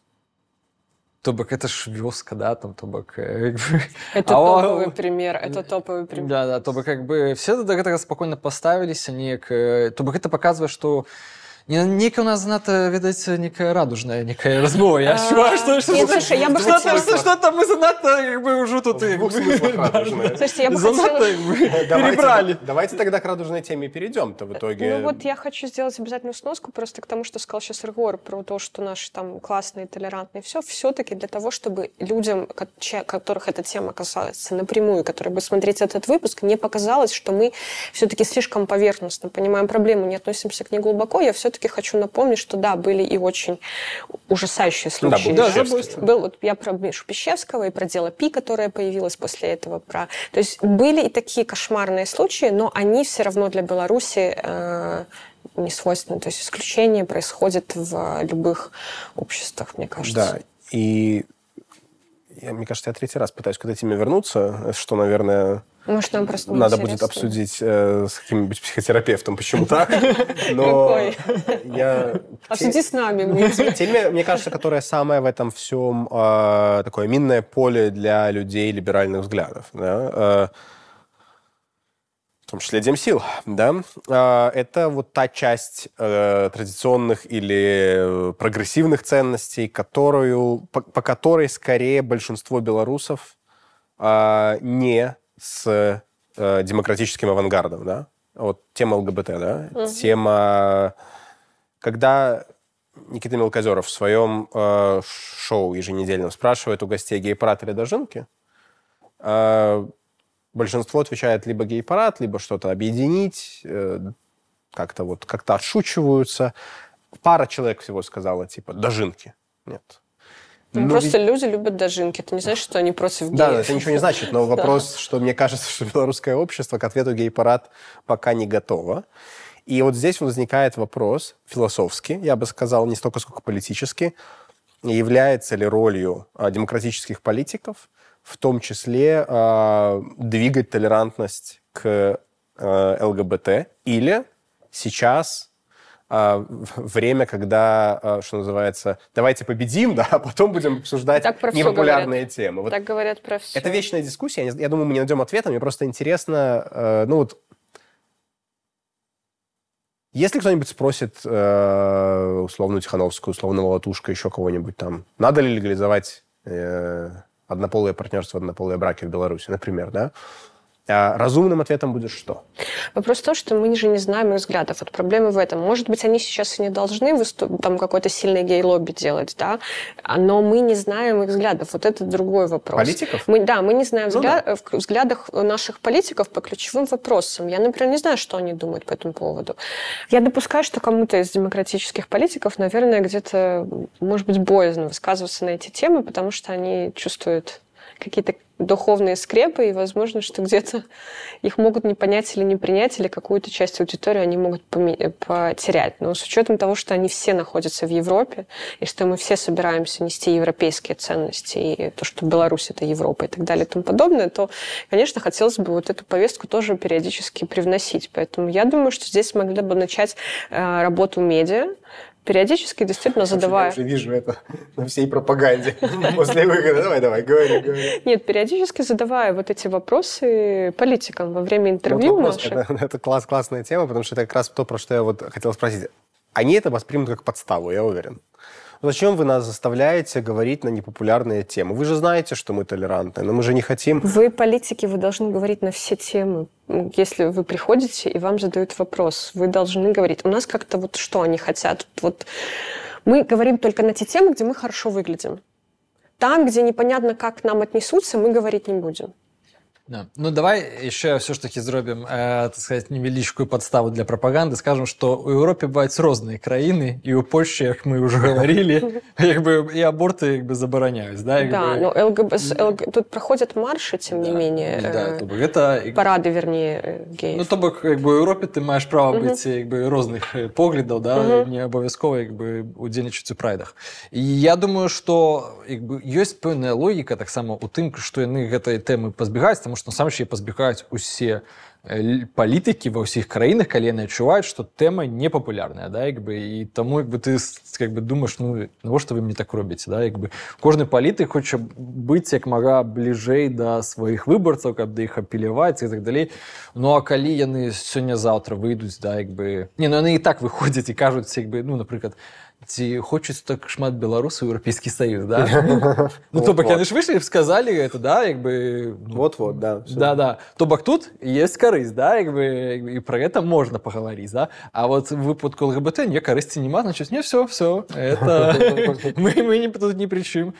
То бок это ж вёска, да, там, то бок... Это топовый пример, это топовый пример. Да, то бок как бы все до гэтага спокойна паставіліся, неяк... То бок гэта паказвае, што некая у нас занадто, ведаць, некая радужная, некая размова. Я ощущаю, что... Нет, слушай, я бы хотела... Что-то мы занадто, как бы, уже тут... В двух смыслах радужная. Слушайте, я бы хотела... Перебрали. Давайте тогда к радужной теме перейдем-то в итоге. Ну вот я хочу сделать обязательную сноску просто к тому, что сказал сейчас Егор, про то, что наши там классные, толерантные, все-таки для того, чтобы людям, которых эта тема касается напрямую, которые бы смотреть этот выпуск, не показалось, что мы все-таки слишком поверхностно понимаем проблему, не относимся к ней глубоко. Я все-таки хочу напомнить, что да, были и очень ужасающие случаи. Да, был вот я про Мишу Пищевского и про дело Пи, которое появилось после этого. То есть были и такие кошмарные случаи, но они все равно для Беларуси не свойственны. То есть исключение происходит в любых обществах, мне кажется. Да, и мне кажется, я третий раз пытаюсь к этой теме вернуться, что, наверное... Может, нам просто надо будет обсудить с каким-нибудь психотерапевтом, почему так. Но обсуди с нами. Тема, мне кажется, которая самая в этом всем такое минное поле для людей либеральных взглядов. Да? В том числе демсил. Да? Это вот та часть традиционных или прогрессивных ценностей, по которой скорее большинство белорусов не с демократическим авангардом, да? Вот тема ЛГБТ, да? Тема... Когда Никита Мелкозеров в своем шоу еженедельном спрашивает у гостей гей-парад или дожинки, большинство отвечает либо гей-парад, либо что-то объединить, как-то отшучиваются. Пара человек всего сказала, типа, дожинки. Нет. Просто люди любят дожинки. Это не значит, что они против геев. Да, это ничего не значит, но вопрос, что мне кажется, что белорусское общество к ответу гей-парад пока не готово. И вот здесь возникает вопрос философский, я бы сказал, не столько, сколько политический, является ли ролью демократических политиков в том числе двигать толерантность к ЛГБТ, или сейчас... время, когда, что называется, давайте победим, да, а потом будем обсуждать непопулярные темы. Вот так говорят про все. Это вечная дискуссия. Я думаю, мы не найдем ответа. Мне просто интересно, если кто-нибудь спросит условную Тихановскую, условного Латушка, еще кого-нибудь там, надо ли легализовать однополые партнерства, однополые браки в Беларуси, например, да? Разумным ответом будет что? Вопрос в том, что мы же не знаем их взглядов. Вот проблема в этом. Может быть, они сейчас и не должны там какой-то сильный гей-лобби делать, да? Но мы не знаем их взглядов. Вот это другой вопрос. Политиков? Мы не знаем взглядов наших политиков по ключевым вопросам. Я, например, не знаю, что они думают по этому поводу. Я допускаю, что кому-то из демократических политиков, наверное, где-то, может быть, боязно высказываться на эти темы, потому что они чувствуют какие-то духовные скрепы, и возможно, что где-то их могут не понять или не принять, или какую-то часть аудитории они могут потерять. Но с учетом того, что они все находятся в Европе, и что мы все собираемся нести европейские ценности, и то, что Беларусь — это Европа и так далее и тому подобное, то, конечно, хотелось бы вот эту повестку тоже периодически привносить. Поэтому я думаю, что здесь могли бы начать работу медиа, периодически действительно задавая... Я уже вижу это на всей пропаганде после выхода. Давай, говори. Нет, периодически задавая вот эти вопросы политикам во время интервью наших. Это классная тема, потому что это как раз то, про что я вот хотел спросить. Они это воспримут как подставу, я уверен. Зачем вы нас заставляете говорить на непопулярные темы? Вы же знаете, что мы толерантны, но мы же не хотим... Вы, политики, вы должны говорить на все темы. Если вы приходите, и вам задают вопрос, вы должны говорить. У нас как-то вот что они хотят. Вот мы говорим только на те темы, где мы хорошо выглядим. Там, где непонятно, как к нам отнесутся, мы говорить не будем. Да. Ну, давай еще все-таки зробим, так сказать, невеличкую подставу для пропаганды. Скажем, что у Європі бувають різні країни, і у Польщі, як ми вже говорили, і аборти забороняють. Да, но тут проходят марши, тем не менее, парады, вернее, геїв. Ну, тобто, у Європі ти маєш право бути різних поглядів, не обов'язково удзельничати у прайдах. І я думаю, що є певна логіка так само у тим, що вони цієї теми позбігають, тому що насамрэч яе пазбегаюць усе палітыкі ва ўсіх краінах, калі яны адчуваюць, што тэма непапулярная, і таму ты думаеш, навошта вы мне так робіце, кожны палітык хоча быць як мага бліжэй да сваіх выбарцаў, каб да іх апеляваць і так далей. Ну а калі яны сёння-заўтра выйдуць, яны і так выходзяць і кажуць, напрыклад, ці хочуць так шмат беларусаў Еўрапейскі Саюз, да? Ну, то бок яны ж выйшлі і сказалі гэта, Вот-вот, да. Да. То бок тут есть карысць, і пра гэта можна пагаварыць, да? А вот в выпадку ЛГБТ не карысці няма, значит, не все, это мы тут ни при чым,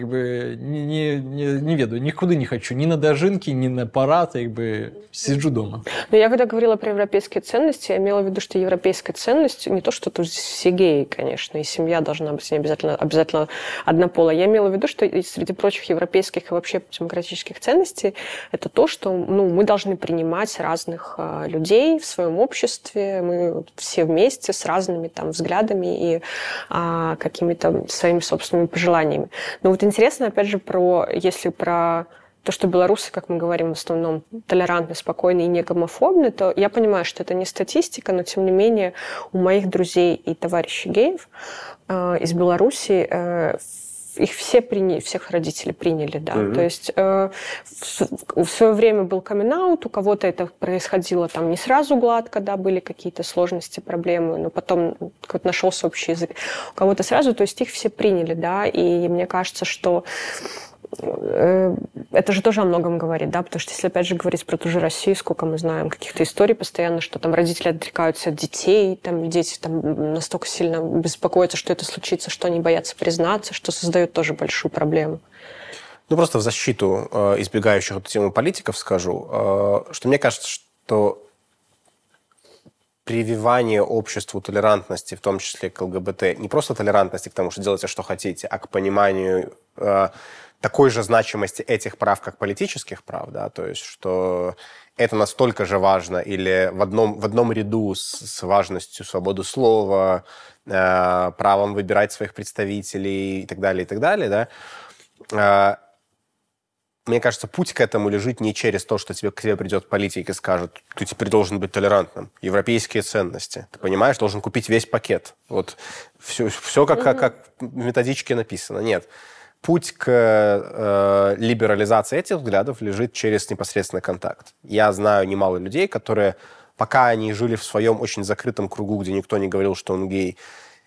не ведаю, никуда не хочу, ни на дожинки, ни на парад, сиджу дома. Но я когда говорила про европейские ценности, я имела в виду, что европейская ценность не то, что тут все геи, конечно, и семья должна быть не обязательно однополая. Я имела в виду, что среди прочих европейских и вообще демократических ценностей это то, что мы должны принимать разных людей в своем обществе, мы все вместе с разными взглядами и какими-то своими собственными пожеланиями. Но вот интересно, опять же, если про то, что белорусы, как мы говорим, в основном толерантны, спокойны и не гомофобны, то я понимаю, что это не статистика, но тем не менее у моих друзей и товарищей геев из Беларуси их всех родители приняли, да. То есть в свое время был камин-аут, у кого-то это происходило не сразу гладко, да, были какие-то сложности, проблемы, но потом нашелся общий язык. У кого-то сразу, то есть их все приняли, да, и мне кажется, что это же тоже о многом говорит, да, потому что если, опять же, говорить про ту же Россию, сколько мы знаем каких-то историй постоянно, что там родители отрекаются от детей, дети настолько сильно беспокоятся, что это случится, что они боятся признаться, что создает тоже большую проблему. Ну, просто в защиту избегающих эту тему политиков скажу, что мне кажется, что прививание обществу толерантности, в том числе к ЛГБТ, не просто толерантности к тому, что делайте, что хотите, а к пониманию такой же значимости этих прав, как политических прав, да, то есть, что это настолько же важно или в одном ряду с важностью свободы слова, правом выбирать своих представителей и так далее, да. Мне кажется, путь к этому лежит не через то, что к тебе придет политик и скажет, ты теперь должен быть толерантным. Европейские ценности. Ты понимаешь, должен купить весь пакет. Вот все как в методичке написано. Нет. Путь к либерализации этих взглядов лежит через непосредственный контакт. Я знаю немало людей, которые, пока они жили в своем очень закрытом кругу, где никто не говорил, что он гей,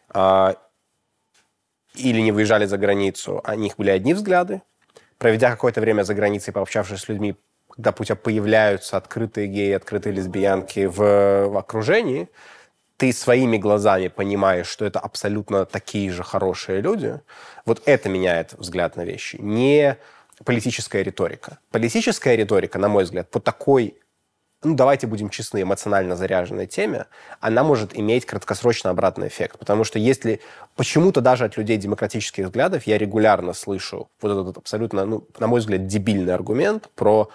или не выезжали за границу, у них были одни взгляды. Проведя какое-то время за границей, пообщавшись с людьми, когда у тебя появляются открытые геи, открытые лесбиянки в окружении, ты своими глазами понимаешь, что это абсолютно такие же хорошие люди. Вот это меняет взгляд на вещи. Не политическая риторика. Политическая риторика, на мой взгляд, по такой, давайте будем честны, эмоционально заряженной теме, она может иметь краткосрочно обратный эффект. Потому что если почему-то даже от людей демократических взглядов я регулярно слышу вот этот абсолютно, на мой взгляд, дебильный аргумент про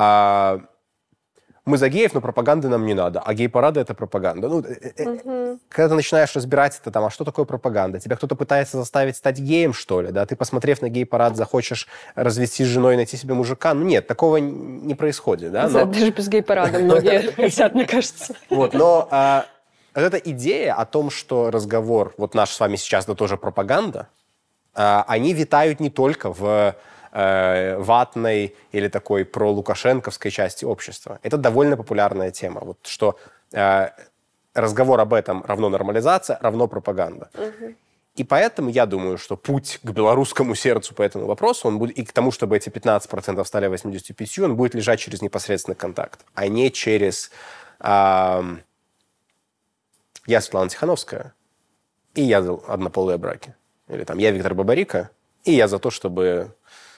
мы за геев, но пропаганды нам не надо, а гей-парады — это пропаганда. Когда ты начинаешь разбирать это, а что такое пропаганда? Тебя кто-то пытается заставить стать геем, что ли? Да? Ты, посмотрев на гей-парад, захочешь развестись с женой и найти себе мужика? Нет, такого не происходит. Да? Даже без гей-парада многие хотят, мне кажется. Но эта идея о том, что разговор, вот наш с вами сейчас, это тоже пропаганда, они витают не только в ватной или такой пролукашенковской части общества. Это довольно популярная тема. Вот что разговор об этом равно нормализация, равно пропаганда. И поэтому я думаю, что путь к белорусскому сердцу по этому вопросу, он будет, и к тому, чтобы эти 15% стали 85%, он будет лежать через непосредственный контакт, а не через... я Светлана Тихановская, и я за однополые браки. Или там я Виктор Бабарико, и я за то, чтобы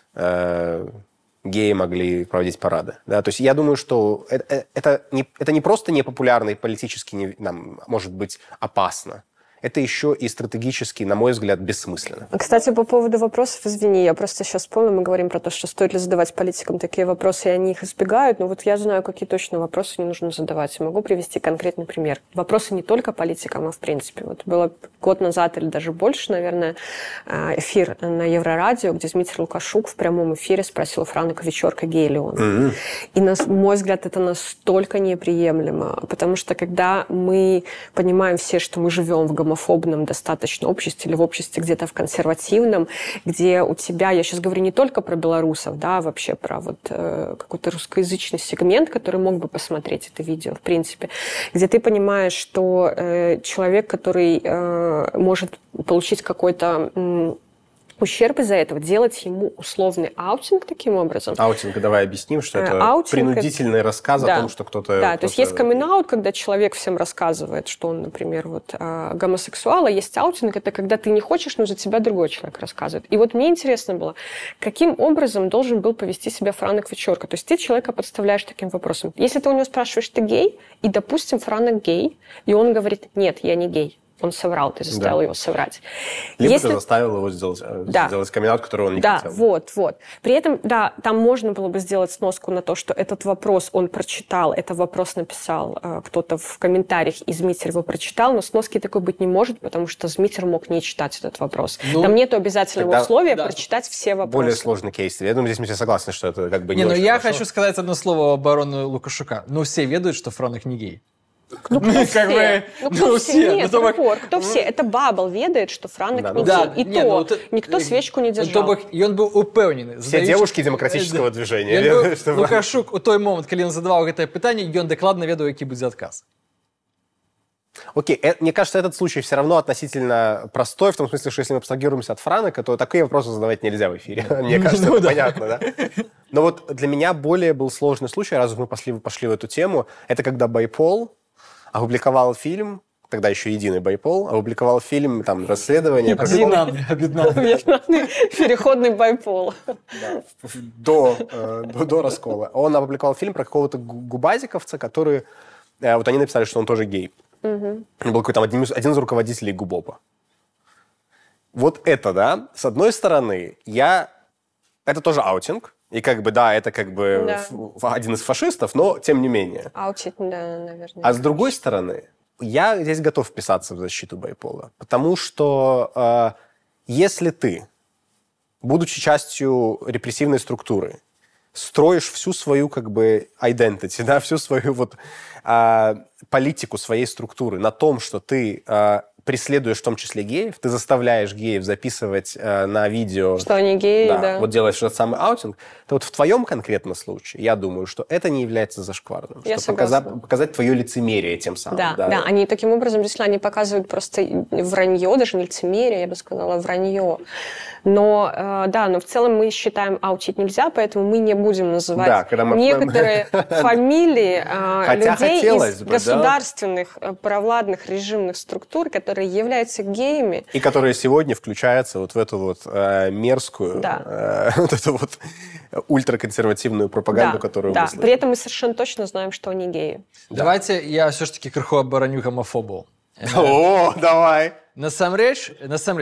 геи могли проводить парады. Да? То есть я думаю, что это не просто непопулярно и политически, может быть, опасно. Это еще и стратегически, на мой взгляд, бессмысленно. Кстати, по поводу вопросов, извини, я просто сейчас вспомнила, мы говорим про то, что стоит ли задавать политикам такие вопросы, и они их избегают, но вот я знаю, какие точно вопросы не нужно задавать. Я могу привести конкретный пример. Вопросы не только политикам, а в принципе. Вот было год назад или даже больше, наверное, эфир на Еврорадио, где Дмитрий Лукашук в прямом эфире спросил Франка Вечерка, гей ли он. Mm-hmm. И, на мой взгляд, это настолько неприемлемо, потому что когда мы понимаем все, что мы живем в гомофобном достаточно обществе или в обществе где-то в консервативном, где у тебя, я сейчас говорю не только про белорусов, да, вообще про вот какой-то русскоязычный сегмент, который мог бы посмотреть это видео, в принципе, где ты понимаешь, что человек, который может получить какой-то ущерб из-за этого, делать ему условный аутинг таким образом. Аутинг, давай объясним, что это принудительный рассказ о том, что кто-то... Да, то есть есть камин-аут, когда человек всем рассказывает, что он, например, вот, гомосексуал, а есть аутинг, это когда ты не хочешь, но за тебя другой человек рассказывает. И вот мне интересно было, каким образом должен был повести себя Франк Вечерка. То есть ты человека подставляешь таким вопросом. Если ты у него спрашиваешь, ты гей, и, допустим, Франк гей, и он говорит, нет, я не гей. Он соврал, ты заставил его соврать. Либо ты заставил его сделать камин-аут, который он не хотел. Да, вот. При этом, да, там можно было бы сделать сноску на то, что этот вопрос он прочитал, этот вопрос написал кто-то в комментариях, и Змитер его прочитал, но сноски такой быть не может, потому что Змитер мог не читать этот вопрос. Там нету обязательного условия прочитать все вопросы. Более сложный кейс. Я думаю, здесь мы все согласны, что это как бы не очень хорошо. Я хочу сказать одно слово в оборону Лукашука. Ну, все ведают, что Франк не гей. Ну, кто все? Кто все? Нет, кто все? Это Бабл ведает, что Франк не гей. И то никто свечку не держал. И он был упевнений. Все девушки демократического движения. Лукашук у той момент, когда он задавал это питание, и он докладно ведал, який будет отказ. Окей, мне кажется, этот случай все равно относительно простой, в том смысле, что если мы абстрагируемся от Франка, то такие вопросы задавать нельзя в эфире. Мне кажется, это понятно, да? Но вот для меня более был сложный случай, раз мы пошли в эту тему, это когда Байпол опубликовал фильм, тогда еще единый Байпол, опубликовал фильм, там, расследование... Вьетнамный переходный Байпол. До раскола. Он опубликовал фильм про какого-то губазиковца, который... Вот они написали, что он тоже гей. Он был какой-то один из руководителей ГУБОПа. Вот это, да, с одной стороны, это тоже аутинг, и как бы, да, это как бы один из фашистов, но тем не менее. Аутить, да, наверное. А с другой стороны, я здесь готов вписаться в защиту Байпола, потому что если ты, будучи частью репрессивной структуры, строишь всю свою как бы identity, да, всю свою вот политику своей структуры на том, что ты преследуешь в том числе геев, ты заставляешь геев записывать на видео... Что они геи, да. Вот делаешь этот самый аутинг, то вот в твоем конкретном случае, я думаю, что это не является зашкварным. Я чтобы показать твое лицемерие тем самым. Да, они таким образом, действительно, они показывают просто вранье, даже не лицемерие, я бы сказала, вранье. Но в целом мы считаем, аутить нельзя, поэтому мы не будем называть некоторые фамилии людей из государственных провладных режимных структур, которые являются геями. И которые сегодня включаются вот в эту вот мерзкую, вот эту вот ультраконсервативную пропаганду, которую мы слышим. При этом мы совершенно точно знаем, что они геи. Давайте я все-таки крыху обороню гомофобу. О, давай! Насамрэч,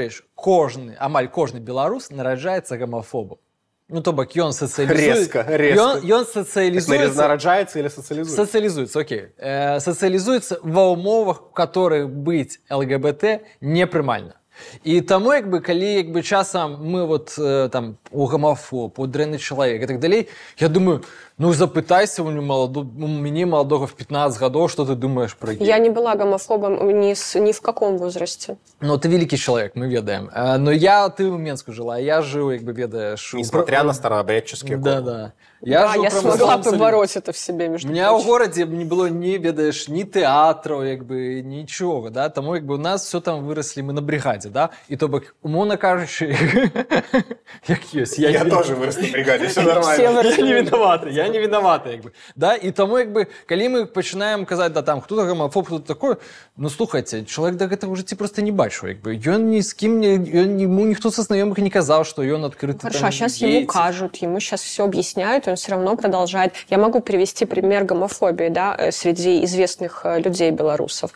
амаль кожны беларус нараджаецца гомофобом. Ну, то бок, ён сацыялізуецца. Резко. Ён сацыялізуецца. Нараджаецца или социализуется? Социализуется, окей. Социализуется ва умовах, у которых быць ЛГБТ непрымальна. І таму, калі часам мы вот там у гомофоб, у дрэнны чалавек і так далей, я думаю, ну запытайся у мяне маладога в 15 гадоў, что ты думаешь про гея. Я не была гомофобом ни в каком возрасте. Ну, ты великий человек, мы ведаем. Но ты в Менску жила, а я жил, ведаешь... Несмотря на старообрядческие корни. Да. Я смогла побороть это в себе, между прочим. У меня в городе не было ни театров, ничего, да, тому у нас все там выросли, мы на бригаде бригаді, да? І то бок, умовно кажучи, як є. Я теж вирос на бригаді, все нормально. Я не виноватий, якби. Да? І тому, якби, коли ми починаємо казати, да, там, хто гомофоб, хто такой, ну, слухайте, чоловік до гэтага в житті просто не бачив, якби. Ён ні з ким, йому ніхто со знайомих не казав, що ён відкритий. Хорошо, а сейчас ему кажут, ему сейчас все объясняют, он все равно продолжает. Я могу привести пример гомофобии, да, среди известных людей белорусов.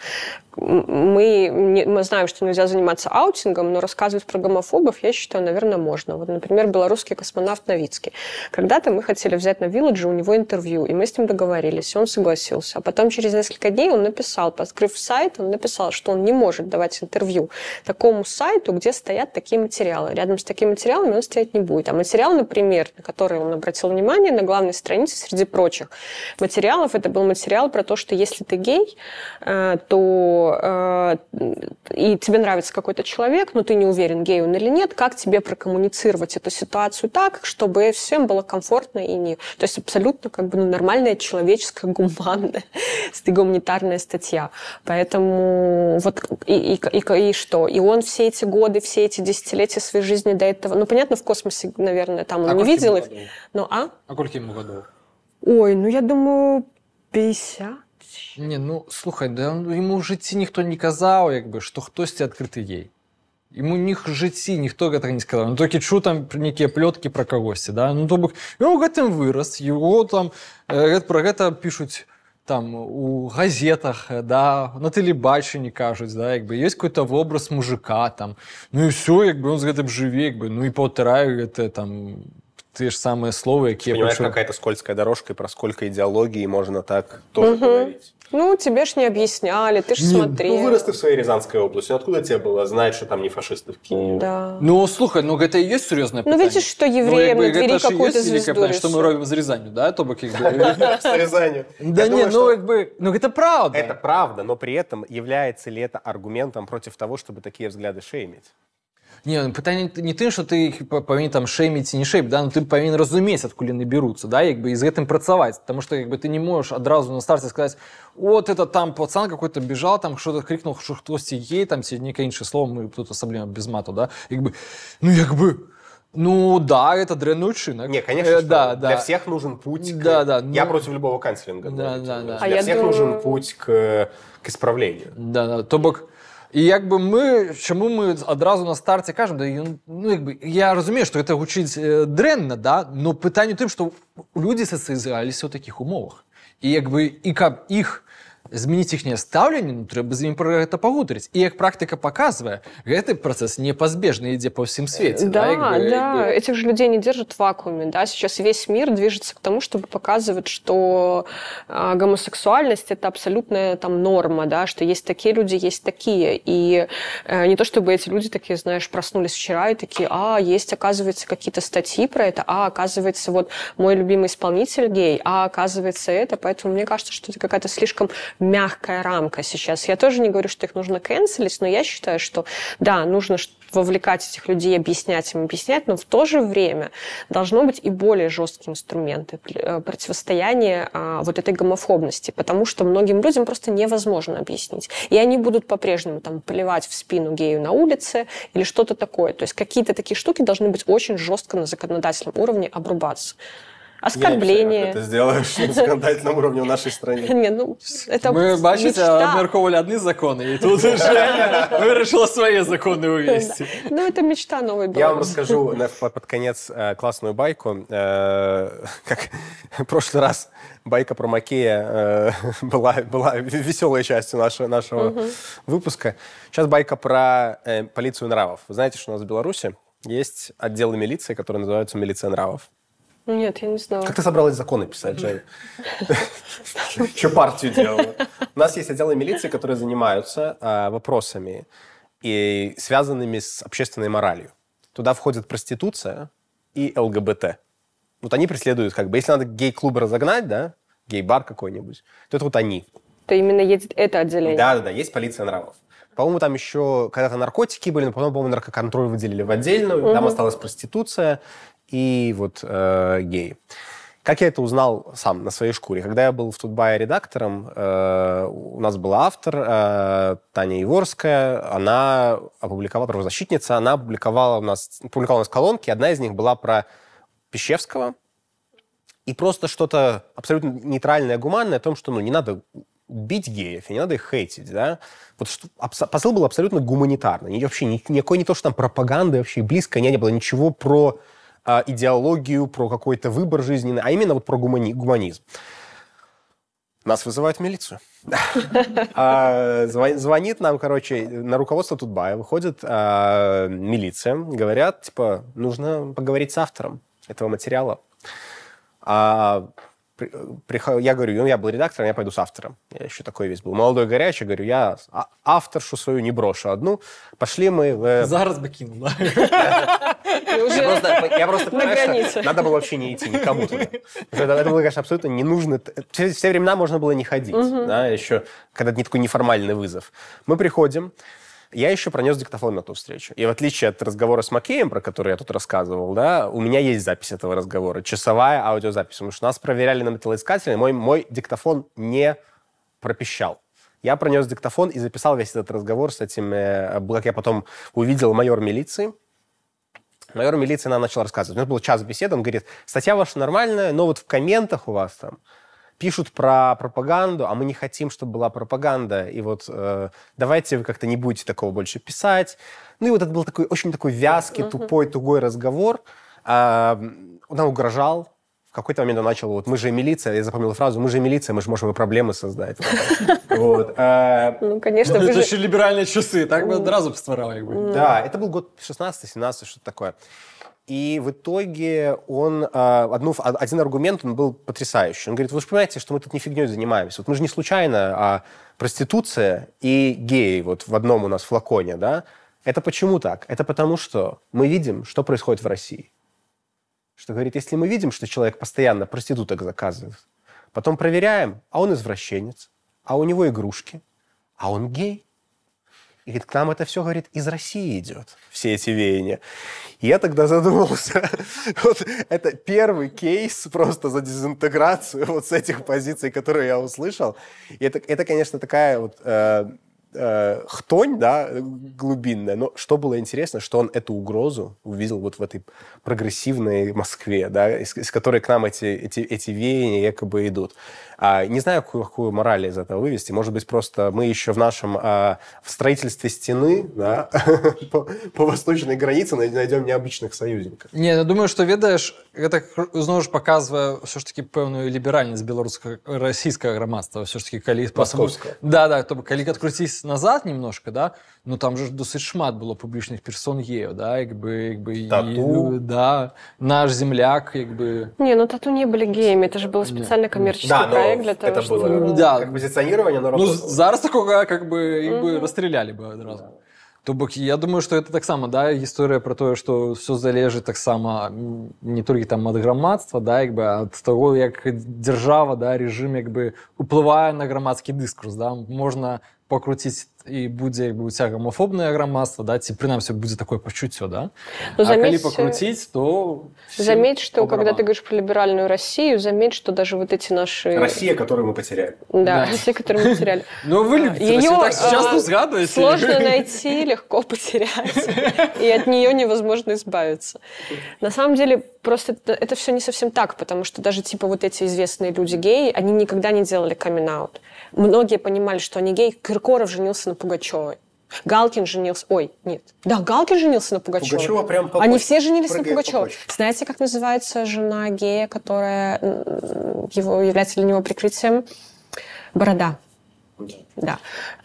Мы знаем, что нельзя заниматься аутингом, но рассказывать про гомофобов, я считаю, наверное, можно. Вот, например, белорусский космонавт Новицкий. Когда-то мы хотели взять на Вилладже у него интервью, и мы с ним договорились, и он согласился. А потом через несколько дней он написал, открыв сайт, он написал, что он не может давать интервью такому сайту, где стоят такие материалы. Рядом с такими материалами он стоять не будет. А материал, например, на который он обратил внимание, на главной странице, среди прочих материалов, это был материал про то, что если ты гей, то и тебе нравится какой-то человек, но ты не уверен, гей он или нет, как тебе прокоммуницировать эту ситуацию так, чтобы всем было комфортно и не... То есть абсолютно как бы нормальная человеческая, гуманная, гуманитарная статья. Поэтому вот и что? И он все эти годы, все эти десятилетия своей жизни до этого... Ну, понятно, в космосе, наверное, там он не видел их. Ну, А сколько ему годов? Ой, ну я думаю, 50. Не, ну, слухай, да йому в житті ніхто не казав, якби, що хтось відкритий гей. Йому в житті ніхто гэтага не сказав. Ну, тільки чув там нейкія плёткі про когось, да? Ну, то бок, ён гэтым вырас, його там, про гэта пишуть там у газетах, да, на тэлебачанні кажуць, да, якби, есть какой-то образ мужика, там, ну, і все, якби, он з гэтым жыве, якби, ну, і паўтараю гэта, там, те же самые слова, какие... Понимаешь, какая-то скользкая дорожка, и про сколько идеологии можно так тоже говорить. Ну, тебе ж не объясняли, ты ж смотрел. Ну, вырос ты в своей Рязанской области. Откуда тебе было знать, что там не фашисты в Киеве? Да. Ну, слухай, ну, это и есть серьезное питание. Ну, видишь, что евреям на двери какую-то звезду решили. Что мы робим с Рязанью, да? То, как бы... С Рязанью. Да нет, ну, как бы... Ну, это правда. Это правда, но при этом является ли это аргументом против того, чтобы такие взгляды шеймить? Не, питання не тим, що ти їх повинен там шеймити, не шеймити, да? Ну, ти повинен розуміти, откуда вони беруться, да? Якби, і з цим працювати. Тому що якби, ти не можеш одразу на старті сказати, от это там пацан какой-то біжав, там що-то крикнув, що хтось є, там ці яке інше слово, ми тут особливо без мату, да? Якби, ну да, это дрянной учинок. Не, конечно, да. Для всех нужен путь Я против любого канцелинга. Для всех нужен путь к исправлению. Да, то бок... І якби чому ми одразу на старті кажемо, да, ну якби, я розумію, що це гучить дренно, да, но питання в тому, що люди соціалізувалися у таких умовах. І якби, і як їх змінити їхнє ставлення, ну, треба з ними про це поговорити. І як практика показує, цей процес непозбежно йде по всім світі. Да. Этих же людей не держат в вакууме, да, сейчас весь мир движется к тому, чтобы показывать, что гомосексуальность – это абсолютная там норма, да, что есть такие люди, есть такие, и не то, чтобы эти люди такие, знаешь, проснулись вчера и такие, есть, оказывается, какие-то статьи про это, оказывается, вот мой любимый исполнитель гей, оказывается, это, поэтому мне кажется, что это какая-то слишком мягкая рамка сейчас. Я тоже не говорю, что их нужно канцелить, но я считаю, что, да, нужно вовлекать этих людей, объяснять им, но в то же время должно быть и более жесткие инструменты противостояния вот этой гомофобности, потому что многим людям просто невозможно объяснить. И они будут по-прежнему там плевать в спину гею на улице или что-то такое. То есть какие-то такие штуки должны быть очень жестко на законодательном уровне обрубаться. Оскорбление. Я не знаю, как ты сделаешь на законодательном уровне в нашей стране. Не, ну, это мы, бачите, обмірковували одні закони, і тут Женя вирішила свої закони увести. Ну, это мечта новой была. Я вам расскажу под конец классную байку. Как в прошлый раз байка про Макея была веселой частью нашего выпуска. Сейчас байка про полицию нравов. Вы знаете, что у нас в Беларуси есть отделы милиции, которые называются «Милиция нравов». Нет, я не знала. Как ты собралась законы писать, Жень? Что партию делала? У нас есть отделы милиции, которые занимаются вопросами, связанными с общественной моралью. Туда входит проституция и ЛГБТ. Вот они преследуют, как бы, если надо гей-клуб разогнать, да, гей-бар какой-нибудь, то это вот они. То именно едет это отделение? Да, есть полиция нравов. По-моему, там еще когда-то наркотики были, но потом, по-моему, наркоконтроль выделили в отдельную. Там осталась проституция и вот геи. Как я это узнал сам на своей шкуре? Когда я был в Тутбае редактором, у нас был автор Таня Иворская, она опубликовала, правозащитница, она публиковала у нас колонки, одна из них была про Пищевского, и просто что-то абсолютно нейтральное, гуманное о том, что не надо бить геев, и не надо их хейтить, да. Вот посыл был абсолютно гуманитарный. Вообще никакой не то, что там пропаганды, вообще близко не было ничего про идеологию, про какой-то выбор жизненный, а именно вот про гуманизм. Нас вызывают в милицию. Звонит нам, на руководство Тутбая, выходит милиция, говорят, нужно поговорить с автором этого материала. Я говорю, я был редактором, я пойду с автором. Я еще такой весь был. Молодой, горячий, говорю, я авторшу свою не брошу одну. Пошли мы... Зараз бы кинул, да? Я просто понимаю, что надо было вообще не идти никому туда. Это было, конечно, абсолютно не нужно. Все времена можно было не ходить, да, еще, когда не такой неформальный вызов. Мы приходим, я еще пронес диктофон на ту встречу. И в отличие от разговора с Макеем, про который я тут рассказывал, да, у меня есть запись этого разговора, часовая аудиозапись, потому что нас проверяли на металлоискателе, мой диктофон не пропищал. Я пронес диктофон и записал весь этот разговор с этим, как я потом увидел, майор милиции. Майор милиции нам начал рассказывать. У нас был час беседы, он говорит, статья ваша нормальная, но вот в комментах у вас там пишут про пропаганду, а мы не хотим, чтобы была пропаганда. И вот давайте вы как-то не будете такого больше писать. Ну и вот это был такой очень такой вязкий, тупой, тугой разговор. Он нам угрожал. В какой-то момент он начал, вот мы же милиция, я запомнил фразу, мы же милиция, мы же можем и проблемы создать. Ну, конечно. Это еще либеральные часы, так бы одразу постарал. Да, это был год 16-17, что-то такое. И в итоге один аргумент, он был потрясающий. Он говорит, вы же понимаете, что мы тут не фигней занимаемся. Вот мы же не случайно, проституция и геи вот в одном у нас флаконе, да? Это почему так? Это потому, что мы видим, что происходит в России. Что говорит, если мы видим, что человек постоянно проституток заказывает, потом проверяем, а он извращенец, а у него игрушки, а он гей. И говорит, к нам это все, говорит, из России идет, все эти веяния. И я тогда задумался, вот это первый кейс просто за дезинтеграцию вот с этих позиций, которые я услышал. И это конечно, такая вот хтонь, да, глубинная, но что было интересно, что он эту угрозу увидел вот в этой прогрессивной Москве, да, из которой к нам эти веяния якобы идут. Не знаю, какую мораль из этого вывести. Может быть, просто мы еще в нашем в строительстве стены, да, по восточной границе найдем необычных союзников. Не, я думаю, что, ведаеш, это знову ж показує все ж таки певну ліберальність белорусского громадства, все ж таки, коли Московского. Да, то коли открутись назад немножко, да, ну там же досить шмат було публічних персон геїв, да, якби Тату. Да, наш земляк, якби. Не, ну Тату не были геями, это же был специально коммерческий проект для того, это чтобы... было как позиционирование, но Ну, зараз такого, как бы, их бы расстреляли бы одразу. То бок, я думаю, что это так само, да, история про то, что все залежит так само не толькі там ад грамадства, да, якби, а ад того, як держава, да, режим, якби, уплывае на грамадскі дыскурс, да, можна покрутіць і будзе якби уся гомофобнае грамадства, да, ці прынамсі будзе такое пачуццё, да. Но а заметь, калі покрутіць, то заметь, что когда ты говоришь про либеральную Россию, заметь, что даже вот эти наши... Россия, которую мы потеряли. Да, Россия, которую мы потеряли. Ну, вы любите Россию, так часто сгадываете. Сложно найти, легко потерять. И от нее невозможно избавиться. На самом деле, просто это все не совсем так, потому что даже типа вот эти известные люди геи, они никогда не делали камин-аут. Многие понимали, что они геи. Киркоров женился на Пугачевой. Галкин женился... Ой, нет. Да, Галкин женился на Пугачевой. Пугачева прям Они все женились на Пугачевой. Знаете, как называется жена гея, которая является для него прикрытием? Борода. Да.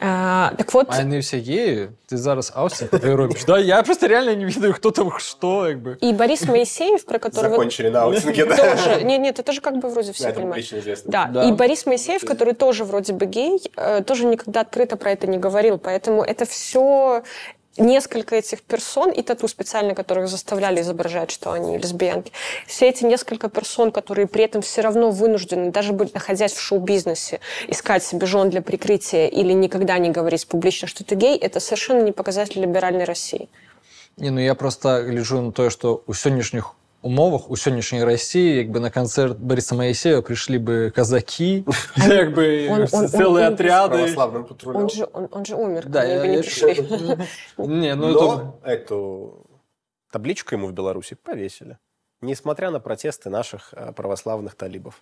Так вот... А они все геи? Ты зараз аусинг ты робишь? Да, я просто реально не видаю, кто там что, как бы. И Борис Моисеев, про которого... Закончили на аутинге, да? Тоже. Нет, это же как бы вроде все понимают. Да, и Борис Моисеев, который тоже вроде бы гей, тоже никогда открыто про это не говорил. Поэтому это все... Несколько этих персон, и Тату специально, которых заставляли изображать, что они лесбиянки, все эти несколько персон, которые при этом все равно вынуждены, даже находясь в шоу-бизнесе, искать себе жен для прикрытия или никогда не говорить публично, что ты гей, это совершенно не показатель либеральной России. Не, ну я просто гляжу на то, что у сённяшніх умовах у сённяшняй России як бы на концерт Бориса Моисеева пришли бы казаки, как бы целые отряды. Православным патрулем. Он же умер, Да, они бы не пришли. Не, ну Но эту табличку ему в Беларуси повесили, несмотря на протесты наших православных талибов.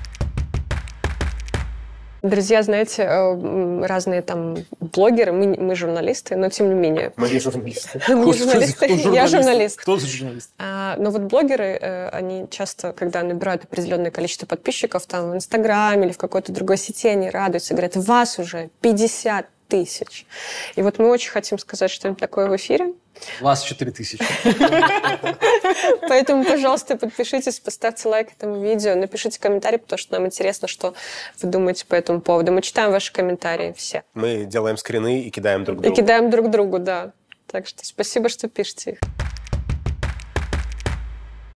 Друзья, знаете, разные там блогеры, мы журналисты, но тем не менее. Мы не журналисты. Мы журналисты, я журналист. Кто журналист? Но вот блогеры, они часто, когда набирают определенное количество подписчиков там в Инстаграме или в какой-то другой сети, они радуются, говорят, вас уже 50 тысяч. И вот мы очень хотим сказать что-нибудь такое в эфире. Вас 4000. Поэтому, пожалуйста, подпишитесь, поставьте лайк этому видео, напишите комментарий, потому что нам интересно, что вы думаете по этому поводу. Мы читаем ваши комментарии все. Мы делаем скрины и кидаем друг И другу. кидаем друг другу, да. Так что спасибо, что пишете их.